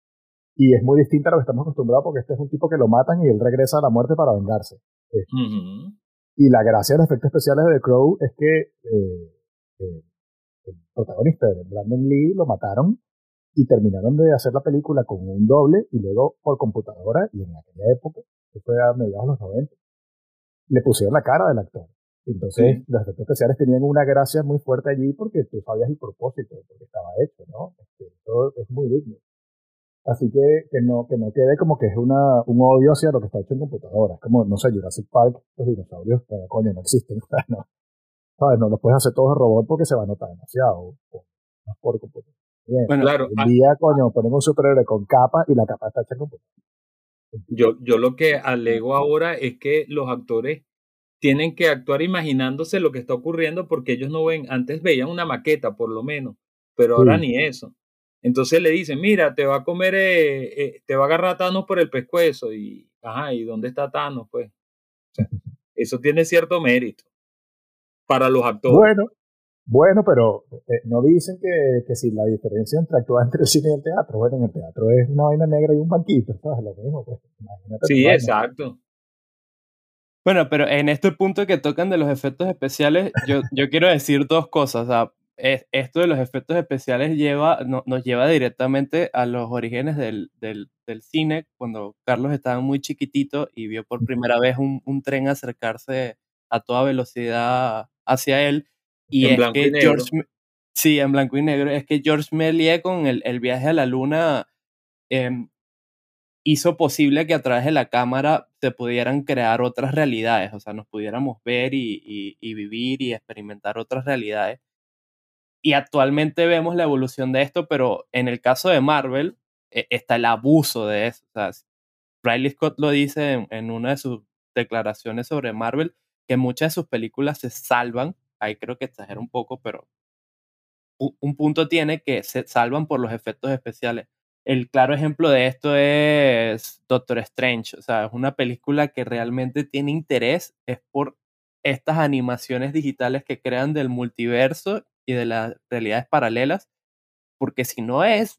[SPEAKER 2] Y es muy distinta a lo que estamos acostumbrados porque este es un tipo que lo matan y él regresa a la muerte para vengarse. Eh,
[SPEAKER 3] uh-huh.
[SPEAKER 2] Y la gracia de los efectos especiales de The Crow es que eh, eh, el protagonista, Brandon Lee, lo mataron y terminaron de hacer la película con un doble y luego por computadora, y en aquella época, que fue a mediados de los noventa, le pusieron la cara del actor. Entonces, sí, los efectos especiales tenían una gracia muy fuerte allí porque tú sabías el propósito de por qué estaba hecho, ¿no? Este, eso es muy digno. Así que que no, que no quede como que es una, un odio hacia lo que está hecho en computadora. Es como, no sé, Jurassic Park, los dinosaurios, bueno, coño, no existen. No, ¿sabes? No los puedes hacer todos de robot porque se va a notar demasiado. No por computadora. Bien.
[SPEAKER 3] Bueno, claro.
[SPEAKER 2] Hoy en día, coño, ponemos un superhéroe con capa y la capa está hecha en computadora.
[SPEAKER 3] Yo, yo lo que alego ahora es que los actores tienen que actuar imaginándose lo que está ocurriendo porque ellos no ven, antes veían una maqueta por lo menos, pero ahora sí, ni eso. Entonces le dicen, mira, te va a comer, eh, eh, te va a agarrar Thanos por el pescuezo y, ajá, ¿y dónde está Thanos? Pues, o sea, eso tiene cierto mérito para los actores.
[SPEAKER 2] Bueno, bueno, pero eh, no dicen que, que si la diferencia entre actuar entre el cine y el teatro, bueno, en el teatro es una vaina negra y un banquito, ¿sabes? Lo mismo, pues, imagínate.
[SPEAKER 3] Sí, exacto.
[SPEAKER 1] Bueno, pero en este punto que tocan de los efectos especiales, yo, yo quiero decir dos cosas. O sea, es, esto de los efectos especiales lleva, no, nos lleva directamente a los orígenes del, del, del cine, cuando Carlos estaba muy chiquitito y vio por primera vez un, un tren acercarse a toda velocidad hacia él. Y
[SPEAKER 3] en
[SPEAKER 1] es
[SPEAKER 3] blanco
[SPEAKER 1] que
[SPEAKER 3] y negro.
[SPEAKER 1] George, sí, en blanco y negro, es que George Méliès con el, el viaje a la luna eh, hizo posible que a través de la cámara se pudieran crear otras realidades, o sea, nos pudiéramos ver y, y, y vivir y experimentar otras realidades. Y actualmente vemos la evolución de esto, pero en el caso de Marvel eh, está el abuso de eso. O sea, Riley Scott lo dice en, en una de sus declaraciones sobre Marvel, que muchas de sus películas se salvan, ahí creo que exagera un poco, pero un, un punto tiene que se salvan por los efectos especiales. El claro ejemplo de esto es Doctor Strange. O sea, es una película que realmente tiene interés, es por estas animaciones digitales que crean del multiverso y de las realidades paralelas, porque si no es,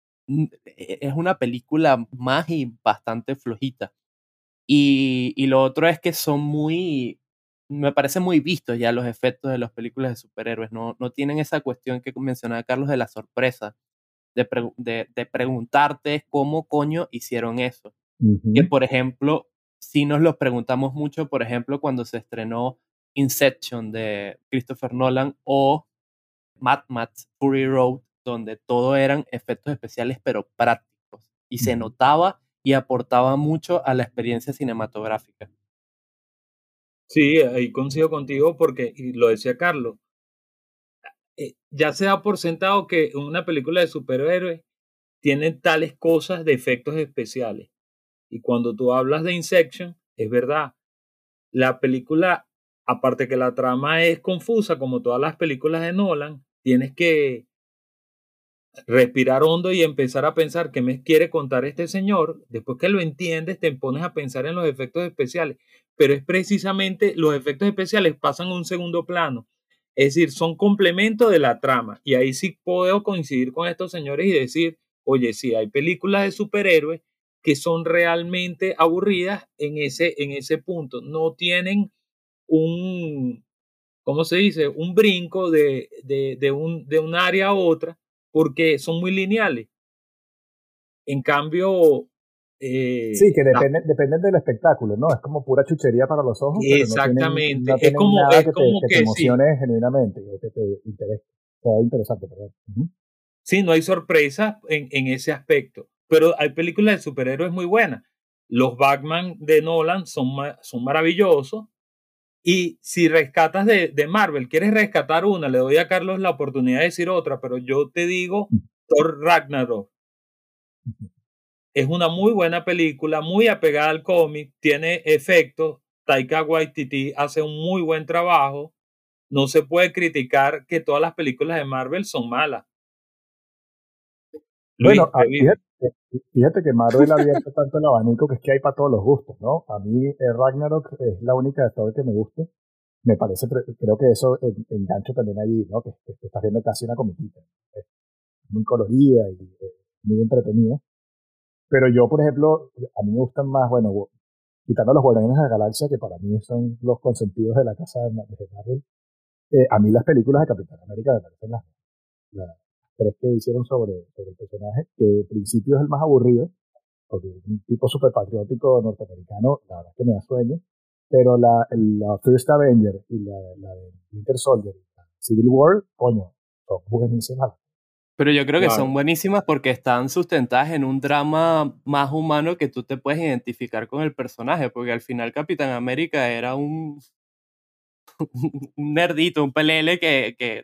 [SPEAKER 1] es una película más y bastante flojita. Y, y lo otro es que son muy, me parece muy visto ya los efectos de las películas de superhéroes. No, no tienen esa cuestión que mencionaba Carlos de la sorpresa, de, pre- de, de preguntarte cómo coño hicieron eso. Que,
[SPEAKER 2] Ujú.
[SPEAKER 1] por ejemplo, si nos lo preguntamos mucho, por ejemplo, cuando se estrenó Inception de Christopher Nolan o Mad Max Fury Road, donde todo eran efectos especiales pero prácticos y se
[SPEAKER 2] Ujú.
[SPEAKER 1] notaba y aportaba mucho a la experiencia cinematográfica.
[SPEAKER 3] Sí, ahí coincido contigo porque, y lo decía Carlos, eh, ya se da por sentado que una película de superhéroes tiene tales cosas de efectos especiales. Y cuando tú hablas de Inception, es verdad, la película, aparte que la trama es confusa, como todas las películas de Nolan, tienes que respirar hondo y empezar a pensar qué me quiere contar este señor. Después que lo entiendes, te pones a pensar en los efectos especiales. Pero es precisamente los efectos especiales pasan a un segundo plano. Es decir, son complemento de la trama. Y ahí sí puedo coincidir con estos señores y decir, oye, sí, hay películas de superhéroes que son realmente aburridas en ese, en ese punto. No tienen un, ¿cómo se dice? Un brinco de, de, de, un, de un área a otra porque son muy lineales. En cambio,
[SPEAKER 2] Sí,
[SPEAKER 3] eh,
[SPEAKER 2] que
[SPEAKER 3] las-
[SPEAKER 2] depende, dependen del espectáculo, ¿no? Es como pura chuchería para los ojos, pero no tienen, no
[SPEAKER 3] exactamente, es
[SPEAKER 2] tienen
[SPEAKER 3] como,
[SPEAKER 2] nada
[SPEAKER 3] es
[SPEAKER 2] que te,
[SPEAKER 3] como
[SPEAKER 2] que te
[SPEAKER 3] que sí,
[SPEAKER 2] emocione genuinamente o que te interese. Sea interesante, perdón. Ujú.
[SPEAKER 3] sí, no hay sorpresa en, en ese aspecto, pero hay películas de superhéroes muy buenas. Los Batman de Nolan son, ma- son maravillosos. Y si rescatas de, de Marvel, quieres rescatar una, le doy a Carlos la oportunidad de decir otra, pero yo te digo Thor Ragnarok. Es una muy buena película, muy apegada al cómic, tiene efectos. Taika Waititi hace un muy buen trabajo. No se puede criticar que todas las películas de Marvel son malas.
[SPEAKER 2] Bueno,
[SPEAKER 3] Luis,
[SPEAKER 2] ah,
[SPEAKER 3] revive.
[SPEAKER 2] fíjate, fíjate que Marvel ha abierto tanto el abanico que es que hay para todos los gustos, ¿no? A mí eh, Ragnarok es la única de Thor que me gusta. Me parece, pre- creo que eso en- engancho también allí, ¿no? Que, que tú estás viendo casi una comiquita. Es muy colorida y eh, muy entretenida. Pero yo, por ejemplo, a mí me gustan más, bueno, quitando los Guardianes de la Galaxia, que para mí son los consentidos de la casa de, Ma- de Marvel, eh, a mí las películas de Capitán América me parecen las, las tres que hicieron sobre, sobre el personaje, que en principio es el más aburrido, porque es un tipo súper patriótico norteamericano, la verdad es que me da sueño, pero la, el- la First Avenger y la, la de Winter Soldier y la Civil War, coño, son buenísimas.
[SPEAKER 1] Pero yo creo que son
[SPEAKER 3] Claro.
[SPEAKER 1] buenísimas porque están sustentadas en un drama más humano que tú te puedes identificar con el personaje, porque al final Capitán América era un, un nerdito, un pelele que, que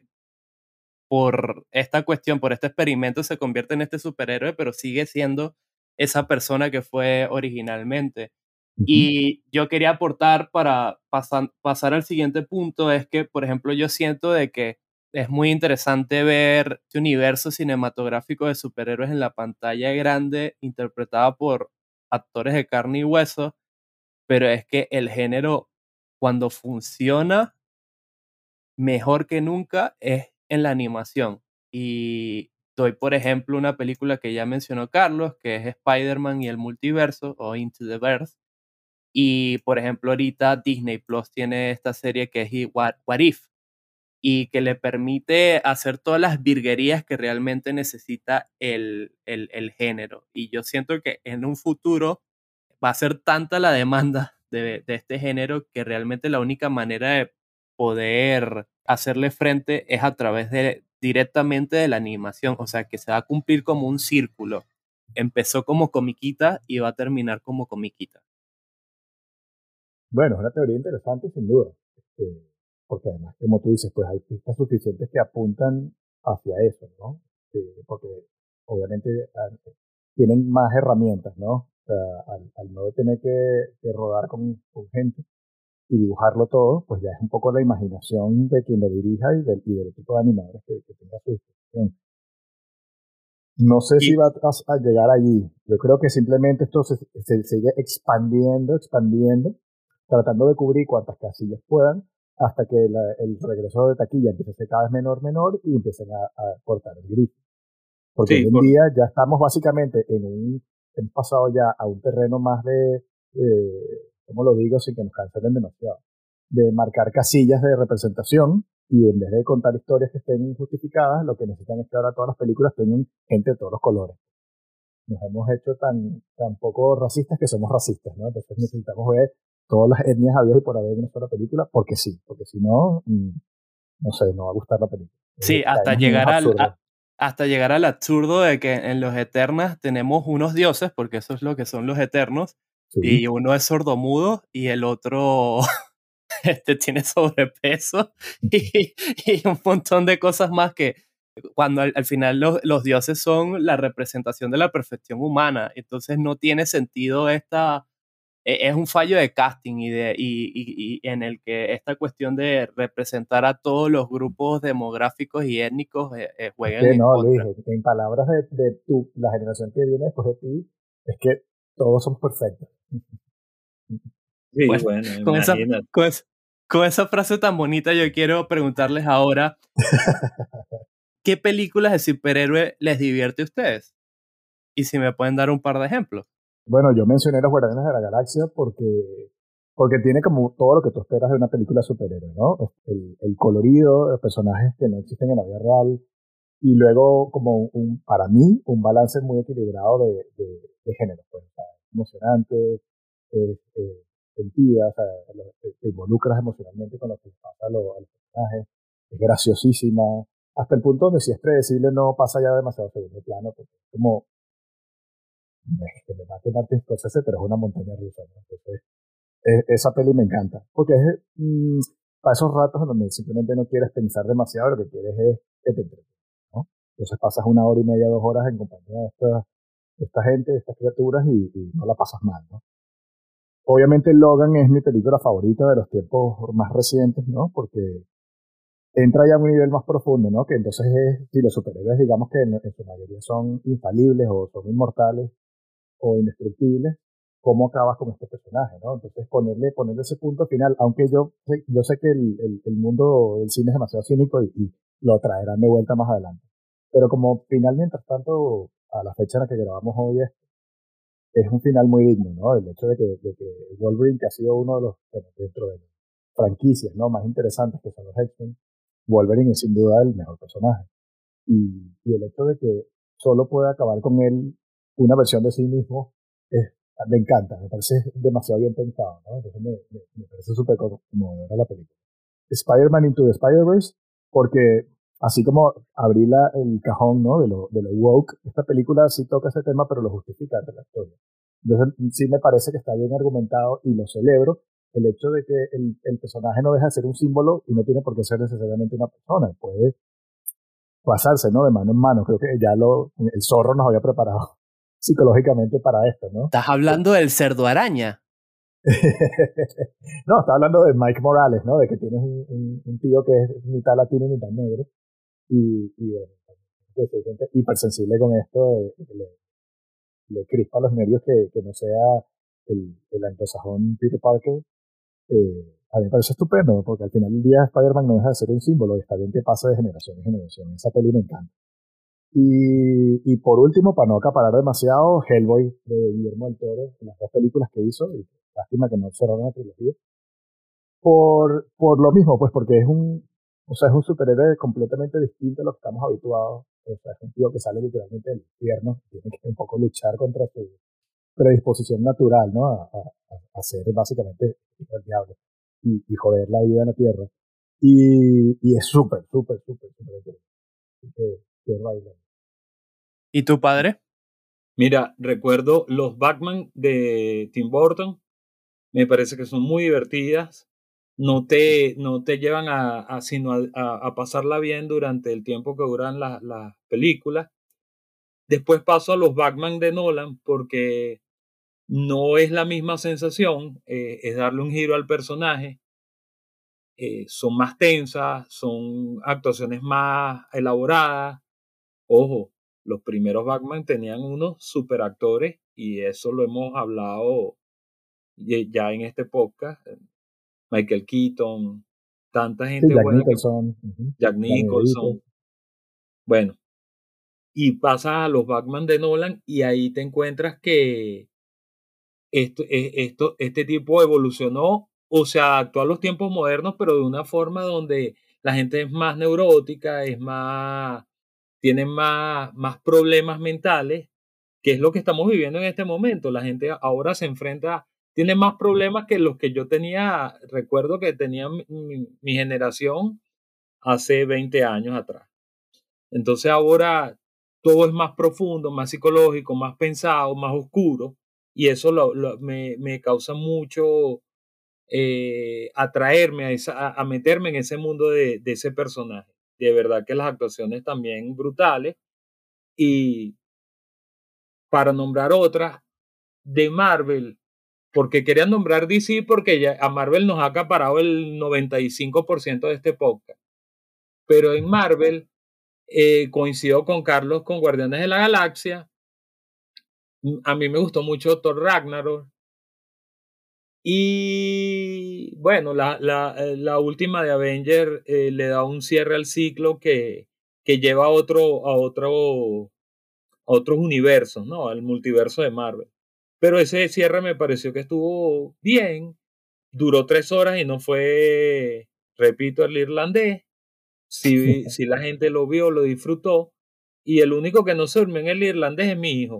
[SPEAKER 1] por esta cuestión, por este experimento se convierte en este superhéroe, pero sigue siendo esa persona que fue originalmente.
[SPEAKER 2] Ujú.
[SPEAKER 1] Y yo quería aportar para pasar, pasar al siguiente punto, es que, por ejemplo, yo siento de que es muy interesante ver este universo cinematográfico de superhéroes en la pantalla grande, interpretada por actores de carne y hueso, pero es que el género, cuando funciona mejor que nunca, es en la animación. Y doy, por ejemplo, una película que ya mencionó Carlos, que es Spider-Man y el multiverso, o Into the Verse. Y, por ejemplo, ahorita Disney Plus tiene esta serie que es i- What, What If, y que le permite hacer todas las virguerías que realmente necesita el, el, el género. Y yo siento que en un futuro va a ser tanta la demanda de, de este género que realmente la única manera de poder hacerle frente es a través de directamente de la animación. O sea, que se va a cumplir como un círculo. Empezó como comiquita y va a terminar como comiquita.
[SPEAKER 2] Bueno, es una teoría interesante, sin duda. Este, porque además, como tú dices, pues hay pistas suficientes que apuntan hacia eso, ¿no? Eh, porque obviamente ah, tienen más herramientas, ¿no? O sea, al, al no tener que, que rodar con, con gente y dibujarlo todo, pues ya es un poco la imaginación de quien lo dirija y del, y del equipo de animadores que, que tenga a su disposición. No sé si
[SPEAKER 3] Y
[SPEAKER 2] va a, a llegar allí. Yo creo que simplemente esto se, se sigue expandiendo, expandiendo, tratando de cubrir cuantas casillas puedan, hasta que la- el regreso de taquilla empiece a ser cada vez menor, menor y empiecen a, a cortar el grifo. Porque hoy
[SPEAKER 3] sí,
[SPEAKER 2] en
[SPEAKER 3] por,
[SPEAKER 2] día ya estamos básicamente en un, hemos pasado ya a un terreno más de, eh, ¿cómo lo digo? Sin que nos cancelen demasiado. de marcar casillas de representación, y en vez de contar historias que estén justificadas, lo que necesitan es que ahora todas las películas tengan gente de todos los colores. Nos hemos hecho tan, tan poco racistas que somos racistas, ¿no? Entonces necesitamos ver todas las etnias habidas y por haber en una sola película, porque sí, porque si no, no sé, no va a gustar la película.
[SPEAKER 1] Sí, hasta llegar, al, a, hasta llegar al absurdo de que en los Eternals tenemos unos dioses, porque eso es lo que son los Eternos, sí. Y uno es sordomudo y el otro este, tiene sobrepeso y, y un montón de cosas más que cuando al, al final los, los dioses son la representación de la perfección humana, entonces no tiene sentido esta... Es un fallo de casting y, de, y, y, y en el que esta cuestión de representar a todos los grupos demográficos y étnicos eh, eh, jueguen
[SPEAKER 2] es que
[SPEAKER 1] en
[SPEAKER 2] no,
[SPEAKER 1] contra.
[SPEAKER 2] Luis, en palabras de, de tu, la generación que viene después de ti, es que todos somos perfectos.
[SPEAKER 3] Sí,
[SPEAKER 1] pues,
[SPEAKER 3] bueno,
[SPEAKER 1] con esa, con, esa, con esa frase tan bonita yo quiero preguntarles ahora, ¿qué películas de superhéroes les divierte a ustedes? Y si me pueden dar un par de ejemplos.
[SPEAKER 2] Bueno, yo mencioné Los Guardianes de la Galaxia porque, porque tiene como todo lo que tú esperas de una película de superhéroes, ¿no? El, el colorido, los personajes que no existen en la vida real, y luego como un, para mí, un balance muy equilibrado de, de, de género, pues, o sea, emocionante, eh, eh, sentida, o sea, te, te involucras emocionalmente con lo que pasa a, lo, a los personajes, es graciosísima, hasta el punto donde si es predecible no pasa ya demasiado segundo plano, porque es como que me mate Martin Scorsese, pero es una montaña rusa, ¿no? Entonces, es, esa peli me encanta, porque es mmm, para esos ratos en donde simplemente no quieres pensar demasiado, lo que quieres es que te entretengas, ¿no? Entonces pasas una hora y media, dos horas en compañía de esta, de esta gente, de estas criaturas, y, y no la pasas mal, ¿no? Obviamente Logan es mi película favorita de los tiempos más recientes, ¿no? Porque entra ya a un nivel más profundo, ¿no? Que entonces es, si los superhéroes digamos que en, en su mayoría son infalibles o son inmortales o indestructibles, ¿cómo acabas con este personaje, ¿no? Entonces ponerle, ponerle ese punto final, aunque yo, yo sé que el, el, el mundo del cine es demasiado cínico y, y lo traerán de vuelta más adelante. Pero como final, mientras tanto, a la fecha en la que grabamos hoy es, es un final muy digno, ¿no? El hecho de que, de que Wolverine, que ha sido uno de los, bueno, dentro de las franquicias, ¿no? Más interesantes que son los X-Men, Wolverine es sin duda el mejor personaje. Y, y el hecho de que solo pueda acabar con él una versión de sí mismo, es, me encanta, me parece demasiado bien pensado, ¿no? Entonces me, me, me parece súper conmovedora la película. Spider-Man Into the Spider-Verse, porque así como abrí la, el cajón, ¿no? de, lo, de lo woke, esta película sí toca ese tema, pero lo justifica ante la historia. Entonces sí me parece que está bien argumentado y lo celebro, el hecho de que el, el personaje no deja de ser un símbolo y no tiene por qué ser necesariamente una persona, puede pasarse, ¿no? De mano en mano. Creo que ya lo, el zorro nos había preparado psicológicamente para esto, ¿no?
[SPEAKER 1] ¿Estás hablando del cerdo araña?
[SPEAKER 2] No, está hablando de Mike Morales, ¿no? De que tienes un, un, un tío que es mitad latino y mitad negro. Y, y bueno, que hay gente hipersensible con esto, eh, le, le crispa los nervios que, que no sea el, el anglosajón Peter Parker. Eh, a mí me parece estupendo, porque al final del día Spider-Man no deja de ser un símbolo y está bien que pase de generación en generación. Esa peli me encanta. Y, y por último, para no acaparar demasiado, Hellboy de Guillermo del Toro, las dos películas que hizo, y lástima que no cerraron la trilogía, por, por lo mismo, pues porque es un, o sea, es un superhéroe completamente distinto a lo que estamos habituados. O sea, es un tío que sale literalmente del infierno, tiene que un poco luchar contra su predisposición natural, ¿no? A, a, a ser básicamente el diablo y, y joder la vida en la tierra. Y, y es súper, súper, súper, súper interesante. Así que quiero bailar.
[SPEAKER 1] ¿Y tu padre?
[SPEAKER 3] Mira, recuerdo los Batman de Tim Burton, me parece que son muy divertidas, no te, no te llevan a, a sino a, a, a pasarla bien durante el tiempo que duran las la películas. Después paso a los Batman de Nolan porque no es la misma sensación, eh, es darle un giro al personaje, eh, son más tensas, son actuaciones más elaboradas. Ojo, los primeros Batman tenían unos super actores y eso lo hemos hablado ya en este podcast. Michael Keaton, tanta gente
[SPEAKER 2] sí, Jack
[SPEAKER 3] buena
[SPEAKER 2] Nicholson,
[SPEAKER 3] que
[SPEAKER 2] uh-huh.
[SPEAKER 3] Jack Nicholson. Bueno, y pasas a los Batman de Nolan y ahí te encuentras que esto, esto, este tipo evolucionó o se adaptó a los tiempos modernos, pero de una forma donde la gente es más neurótica, es más, tiene más, más problemas mentales, que es lo que estamos viviendo en este momento. La gente ahora se enfrenta, tiene más problemas que los que yo tenía, recuerdo que tenía mi, mi- mi generación hace veinte años atrás. Entonces ahora todo es más profundo, más psicológico, más pensado, más oscuro, y eso lo- lo- me, me causa mucho eh, atraerme a, esa, a, a meterme en ese mundo de, de ese personaje. De verdad que las actuaciones también brutales. Y para nombrar otras, de Marvel, porque querían nombrar D C porque ya a Marvel nos ha acaparado el noventa y cinco por ciento de este podcast. Pero en Marvel eh, coincido con Carlos con Guardianes de la Galaxia. A mí me gustó mucho Thor Ragnarok. Y bueno, la, la, eh, la última de Avenger eh, le da un cierre al ciclo que, que lleva a otro, a otro, a otros universos, ¿no? Al multiverso de Marvel. Pero ese cierre me pareció que estuvo bien. Duró tres horas y no fue, repito, el irlandés. Si, si la gente lo vio, lo disfrutó. Y el único que no se durmió en el irlandés es mi hijo.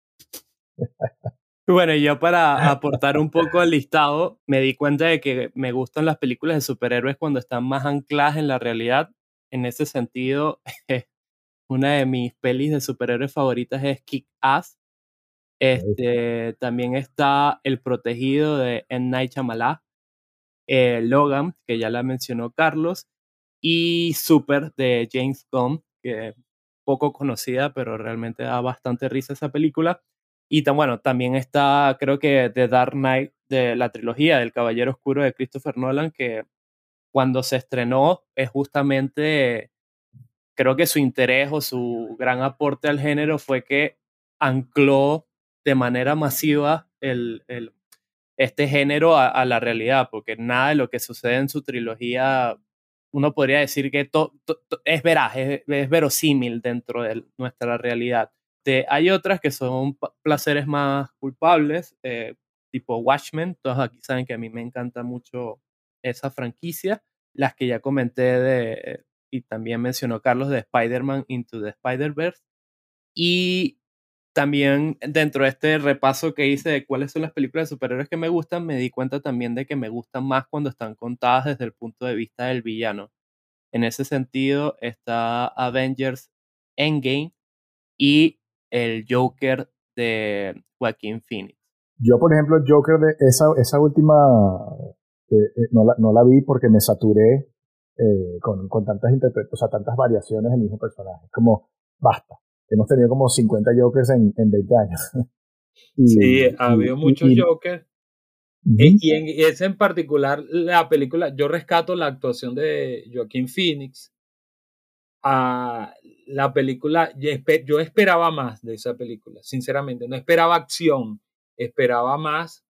[SPEAKER 1] Bueno, y yo para aportar un poco al listado, me di cuenta de que me gustan las películas de superhéroes cuando están más ancladas en la realidad. En ese sentido, una de mis pelis de superhéroes favoritas es Kick-Ass. Este, también está El Protegido de M. Night Shyamalan, eh, Logan, que ya la mencionó Carlos, y Super de James Gunn, que es poco conocida, pero realmente da bastante risa esa película. Y tan, bueno, también está, creo que The Dark Knight, de la trilogía del Caballero Oscuro de Christopher Nolan, que cuando se estrenó es justamente, creo que su interés o su gran aporte al género fue que ancló de manera masiva el, el este género a, a la realidad, porque nada de lo que sucede en su trilogía, uno podría decir que to, to, to, es veraz, es, es, verosímil dentro de nuestra realidad. De, hay otras que son placeres más culpables, eh, tipo Watchmen, todos aquí saben que a mí me encanta mucho esa franquicia, las que ya comenté de, y también mencionó Carlos, de Spider-Man Into the Spider-Verse, y también dentro de este repaso que hice de cuáles son las películas de superhéroes que me gustan, me di cuenta también de que me gustan más cuando están contadas desde el punto de vista del villano. En ese sentido está Avengers Endgame y el Joker de Joaquín Phoenix.
[SPEAKER 2] Yo, por ejemplo, Joker, de esa, esa última, eh, eh, no, la, no la vi porque me saturé eh, con, con tantas interpretaciones, o sea, tantas variaciones del mismo personaje. Como, basta. Hemos tenido como cincuenta Jokers en, en veinte años.
[SPEAKER 3] Sí,
[SPEAKER 2] y,
[SPEAKER 3] ha
[SPEAKER 2] y,
[SPEAKER 3] habido
[SPEAKER 2] y,
[SPEAKER 3] muchos
[SPEAKER 2] y
[SPEAKER 3] Jokers. Eh,
[SPEAKER 2] uh-huh.
[SPEAKER 3] y en ese en particular, la película, yo rescato la actuación de Joaquín Phoenix. A la película, yo esperaba más de esa película, sinceramente. No esperaba acción, esperaba más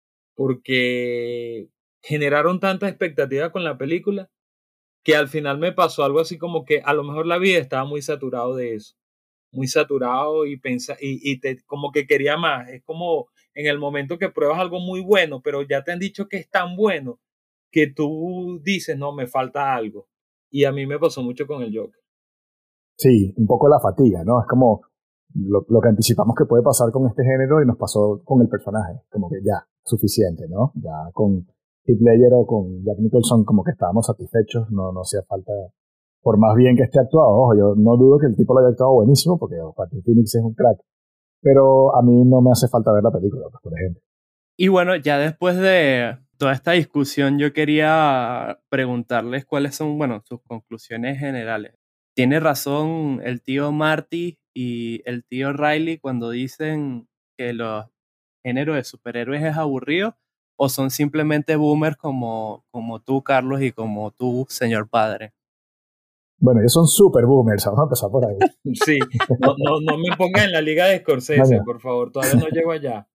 [SPEAKER 3] porque generaron tanta expectativa con la película que al final me pasó algo así como que a lo mejor la vida estaba muy saturado de eso, muy saturado y, pensa, y, y te, como que quería más. Es como en el momento que pruebas algo muy bueno, pero ya te han dicho que es tan bueno que tú dices, no, me falta algo. Y a mí me pasó mucho con el Joker.
[SPEAKER 2] Sí, un poco la fatiga, ¿no? Es como lo, lo que anticipamos que puede pasar con este género y nos pasó con el personaje. Como que ya, suficiente, ¿no? Ya con Heath Ledger o con Jack Nicholson como que estábamos satisfechos, no, no hacía falta, por más bien que esté actuado. Ojo, yo no dudo que el tipo lo haya actuado buenísimo porque Joaquin Phoenix es un crack, pero a mí no me hace falta ver la película, pues, por ejemplo.
[SPEAKER 1] Y bueno, ya después de toda esta discusión, yo quería preguntarles cuáles son, bueno, sus conclusiones generales. ¿Tiene razón el tío Marty y el tío Riley cuando dicen que los géneros de superhéroes es aburrido? ¿O son simplemente boomers como, como tú, Carlos, y como tú, señor padre?
[SPEAKER 2] Bueno, ellos son super boomers, vamos a empezar por ahí.
[SPEAKER 3] Sí, no, no, no me pongas en la liga de Scorsese, por favor, todavía no llego allá.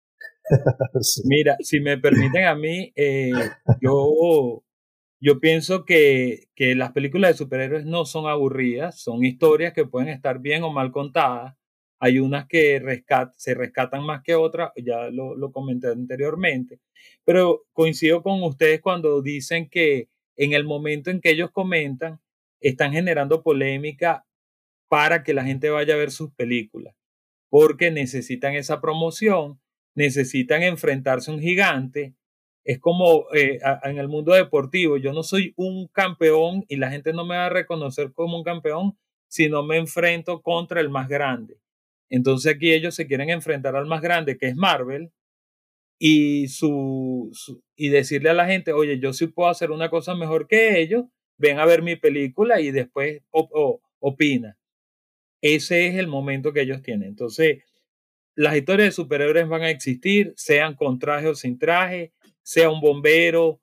[SPEAKER 2] Sí.
[SPEAKER 3] Mira, si me permiten a mí, eh, yo, yo pienso que, que las películas de superhéroes no son aburridas, son historias que pueden estar bien o mal contadas, hay unas que rescat, se rescatan más que otras, ya lo, lo comenté anteriormente, pero coincido con ustedes cuando dicen que en el momento en que ellos comentan, están generando polémica para que la gente vaya a ver sus películas, porque necesitan esa promoción, necesitan enfrentarse a un gigante. Es como eh, a, en el mundo deportivo, yo no soy un campeón y la gente no me va a reconocer como un campeón si no me enfrento contra el más grande. Entonces aquí ellos se quieren enfrentar al más grande, que es Marvel, y, su, su, y decirle a la gente, oye, yo sí puedo hacer una cosa mejor que ellos, ven a ver mi película y después op, op, opina. Ese es el momento que ellos tienen. Entonces, las historias de superhéroes van a existir, sean con traje o sin traje, sea un bombero,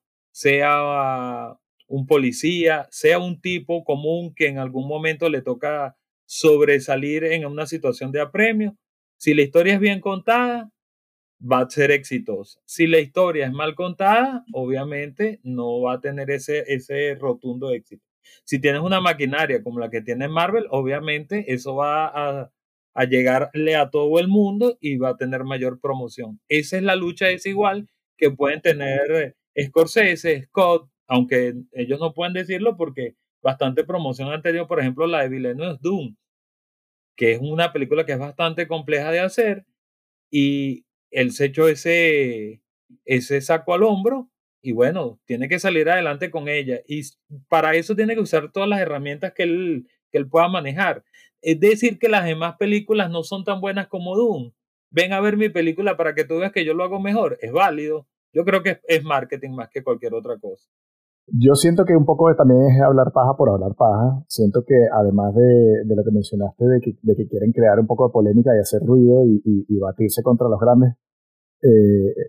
[SPEAKER 3] sea un policía, sea un tipo común que en algún momento le toca sobresalir en una situación de apremio. Si la historia es bien contada, va a ser exitosa. Si la historia es mal contada, obviamente no va a tener ese, ese rotundo éxito. Si tienes una maquinaria como la que tiene Marvel, obviamente eso va a, a llegarle a todo el mundo y va a tener mayor promoción. Esa es la lucha desigual que pueden tener Scorsese, Scott, aunque ellos no pueden decirlo porque bastante promoción han tenido, por ejemplo, la de Villeneuve Doom, que es una película que es bastante compleja de hacer y él se echó ese, ese saco al hombro y bueno, tiene que salir adelante con ella. Y para eso tiene que usar todas las herramientas que él, que él pueda manejar. Es decir, que las demás películas no son tan buenas como Doom. Ven a ver mi película para que tú veas que yo lo hago mejor. Es válido. Yo creo que es, es marketing más que cualquier otra cosa.
[SPEAKER 2] Yo siento que un poco de, también es hablar paja por hablar paja. Siento que además de, de lo que mencionaste, de que, de que quieren crear un poco de polémica y hacer ruido y, y, y batirse contra los grandes, eh,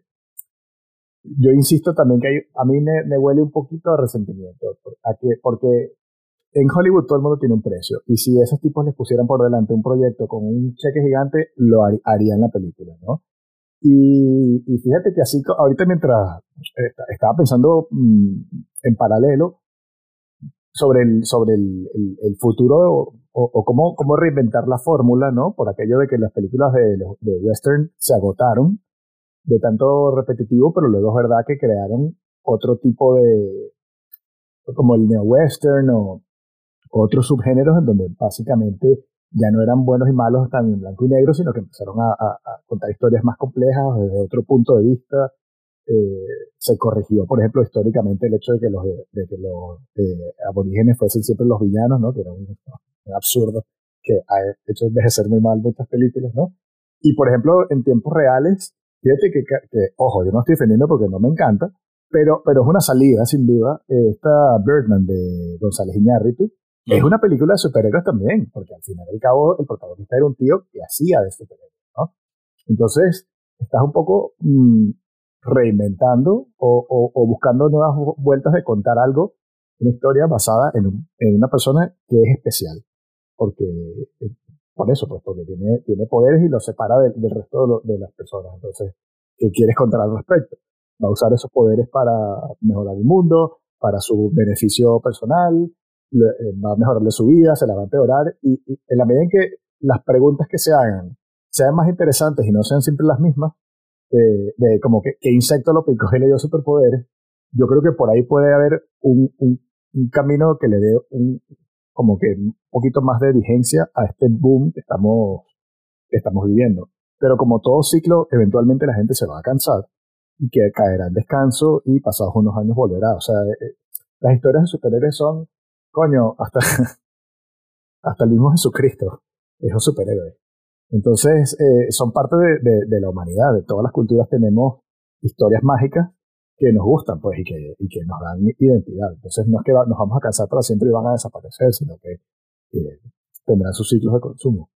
[SPEAKER 2] yo insisto también que hay, a mí me, me huele un poquito de resentimiento. A que, porque en Hollywood todo el mundo tiene un precio. Y si esos tipos les pusieran por delante un proyecto con un cheque gigante, lo harían la película, ¿no? Y, y fíjate que así, ahorita mientras eh, estaba pensando mmm, en paralelo sobre el, sobre el, el, el futuro o, o cómo, cómo reinventar la fórmula, ¿no? Por aquello de que las películas de, de western se agotaron de tanto repetitivo, pero luego es verdad que crearon otro tipo de, como el neo-western o otros subgéneros en donde básicamente ya no eran buenos y malos tan en blanco y negro, sino que empezaron a, a, a contar historias más complejas desde otro punto de vista. Eh, se corrigió, por ejemplo, históricamente el hecho de que los, de que los eh, aborígenes fuesen siempre los villanos, ¿no? Que era un, un absurdo que ha hecho envejecer muy mal muchas películas, ¿no? Y, por ejemplo, en tiempos reales, fíjate que, que ojo, yo no estoy defendiendo porque no me encanta, pero, pero es una salida, sin duda. Eh, esta Birdman de González Iñárritu, es una película de superhéroes también, porque al final y al cabo el protagonista era un tío que hacía de superhéroes, ¿no? Entonces, estás un poco mmm, reinventando o, o, o buscando nuevas vueltas de contar algo, una historia basada en, un, en una persona que es especial, porque por eso, pues, porque tiene, tiene poderes y lo separa del, del resto de, lo, de las personas. Entonces, ¿qué quieres contar al respecto? Va a usar esos poderes para mejorar el mundo, para su beneficio personal, le, va a mejorarle su vida, se la va a empeorar, y, y en la medida en que las preguntas que se hagan sean más interesantes y no sean siempre las mismas, eh, de como que qué insecto lo picó y le dio superpoderes, yo creo que por ahí puede haber un, un, un camino que le dé un, como que un poquito más de vigencia a este boom que estamos, que estamos viviendo. Pero como todo ciclo, eventualmente la gente se va a cansar y que caerá en descanso y pasados unos años volverá. O sea, eh, las historias de superhéroes son, coño, hasta, hasta el mismo Jesucristo es un superhéroe. Entonces, eh, son parte de, de, de la humanidad. De todas las culturas tenemos historias mágicas que nos gustan, pues, y que, y que nos dan identidad. Entonces, no es que va, nos vamos a cansar para siempre y van a desaparecer, sino que eh, tendrán sus ciclos de consumo.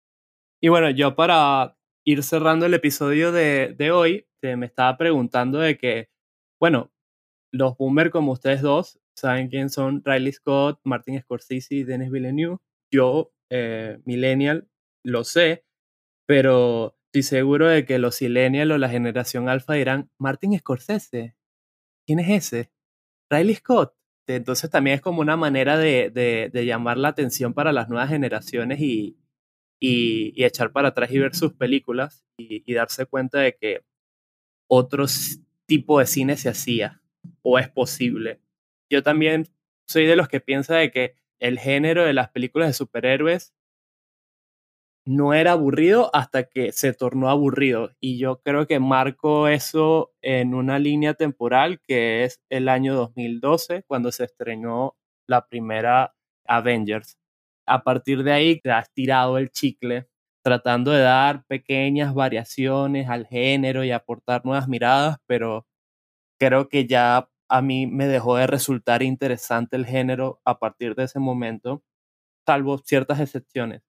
[SPEAKER 1] Y bueno, yo para ir cerrando el episodio de, de hoy, te, me estaba preguntando de que, bueno, los boomers como ustedes dos saben quién son Riley Scott, Martin Scorsese y Denis Villeneuve. Yo, eh, millennial, lo sé, pero estoy seguro de que los millennials o la generación alfa dirán, Martin Scorsese, ¿quién es ese? Riley Scott. Entonces también es como una manera de, de, de llamar la atención para las nuevas generaciones y, y, y echar para atrás y ver sus películas y, y darse cuenta de que otro tipo de cine se hacía o es posible. Yo también soy de los que piensa de que el género de las películas de superhéroes no era aburrido hasta que se tornó aburrido. Y yo creo que marco eso en una línea temporal que es el año dos mil doce, cuando se estrenó la primera Avengers. A partir de ahí te has tirado el chicle, tratando de dar pequeñas variaciones al género y aportar nuevas miradas, pero creo que ya a mí me dejó de resultar interesante el género a partir de ese momento, salvo ciertas excepciones.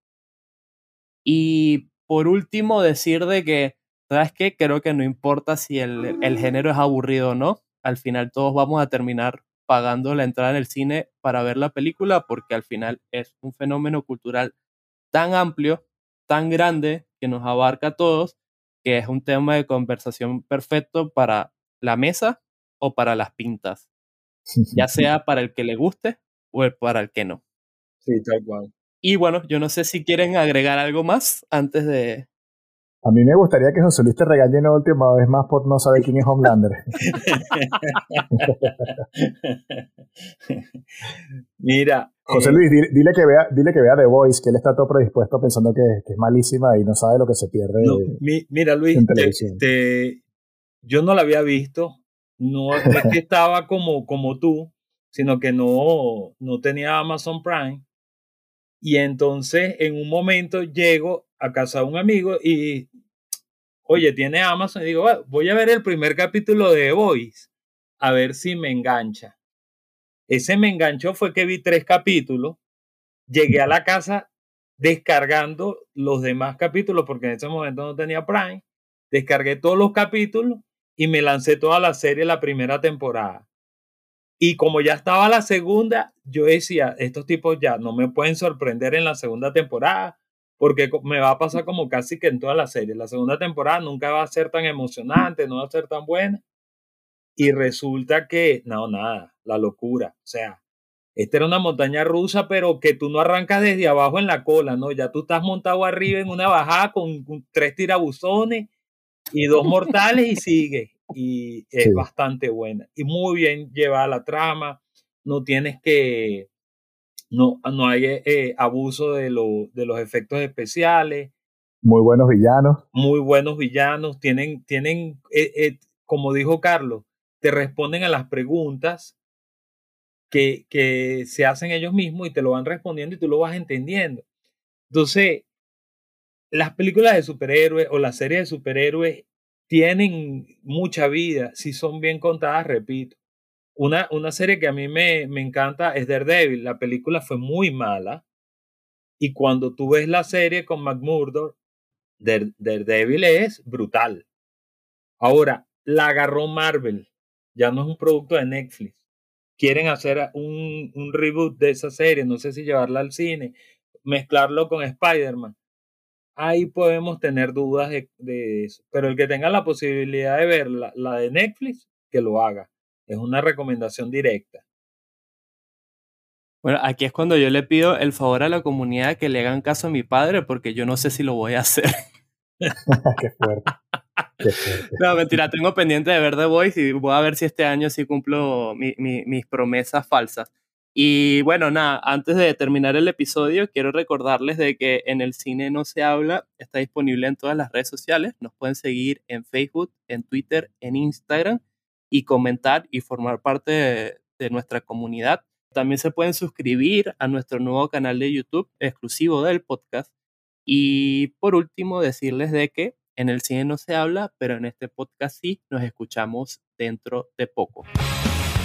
[SPEAKER 1] Y por último, decir de que, ¿sabes qué? Creo que no importa si el, el género es aburrido o no, al final todos vamos a terminar pagando la entrada en el cine para ver la película, porque al final es un fenómeno cultural tan amplio, tan grande, que nos abarca a todos, que es un tema de conversación perfecto para la mesa o para las pintas, ya sea para el que le guste o para el que no.
[SPEAKER 3] Sí, tal cual.
[SPEAKER 1] Y bueno, yo no sé si quieren agregar algo más antes de...
[SPEAKER 2] A mí me gustaría que José Luis te regañe una última vez más por no saber quién es Homelander.
[SPEAKER 3] Mira.
[SPEAKER 2] José
[SPEAKER 3] eh,
[SPEAKER 2] Luis, dile, dile, que vea, dile que vea The Voice, que él está todo predispuesto pensando que, que es malísima y no sabe lo que se pierde
[SPEAKER 3] no, mi, mira, Luis,
[SPEAKER 2] en
[SPEAKER 3] te,
[SPEAKER 2] televisión.
[SPEAKER 3] te, yo no la había visto. No, no es que estaba como, como tú, sino que no, no tenía Amazon Prime. Y entonces en un momento llego a casa de un amigo y, oye, tiene Amazon. Y digo, "Ah, voy a ver el primer capítulo de The Voice, a ver si me engancha". Ese me enganchó fue que vi tres capítulos. Llegué a la casa descargando los demás capítulos, porque en ese momento no tenía Prime. Descargué todos los capítulos y me lancé toda la serie la primera temporada. Y como ya estaba la segunda, yo decía, estos tipos ya no me pueden sorprender en la segunda temporada, porque me va a pasar como casi que en toda la serie. La segunda temporada nunca va a ser tan emocionante, no va a ser tan buena. Y resulta que, no, nada, la locura. O sea, esta era una montaña rusa, pero que tú no arrancas desde abajo en la cola, ¿no? Ya tú estás montado arriba en una bajada con, con tres tirabuzones y dos mortales y sigue. Y es
[SPEAKER 2] Sí.
[SPEAKER 3] bastante buena. Y muy bien llevada la trama. No tienes que. No, no hay eh, abuso de, lo, de los efectos especiales.
[SPEAKER 2] Muy buenos villanos.
[SPEAKER 3] Muy buenos villanos. Tienen, tienen eh, eh, como dijo Carlos, te responden a las preguntas que, que se hacen ellos mismos y te lo van respondiendo y tú lo vas entendiendo. Entonces, las películas de superhéroes o las series de superhéroes tienen mucha vida si son bien contadas, repito. Una, una serie que a mí me, me encanta es Daredevil. La película fue muy mala y cuando tú ves la serie con Matt Murdock, Dare, Daredevil es brutal. Ahora, la agarró Marvel. Ya no es un producto de Netflix. Quieren hacer un, un reboot de esa serie. No sé si llevarla al cine, mezclarlo con Spider-Man. Ahí podemos tener dudas de, de eso. Pero el que tenga la posibilidad de ver la, la de Netflix, que lo haga. Es una recomendación directa.
[SPEAKER 1] Bueno, aquí es cuando yo le pido el favor a la comunidad que le hagan caso a mi padre, porque yo no sé si lo voy a hacer.
[SPEAKER 2] Qué fuerte. Qué fuerte.
[SPEAKER 1] No, mentira, tengo pendiente de ver The Voice y voy a ver si este año sí cumplo mi, mi, mis promesas falsas. Y bueno, nada, antes de terminar el episodio, quiero recordarles de que En el Cine No Se Habla está disponible en todas las redes sociales. Nos pueden seguir en Facebook, en Twitter, en Instagram y comentar y formar parte de, de nuestra comunidad. También se pueden suscribir a nuestro nuevo canal de YouTube exclusivo del podcast. Y por último, decirles de que en el cine no se habla, pero en este podcast sí nos escuchamos dentro de poco.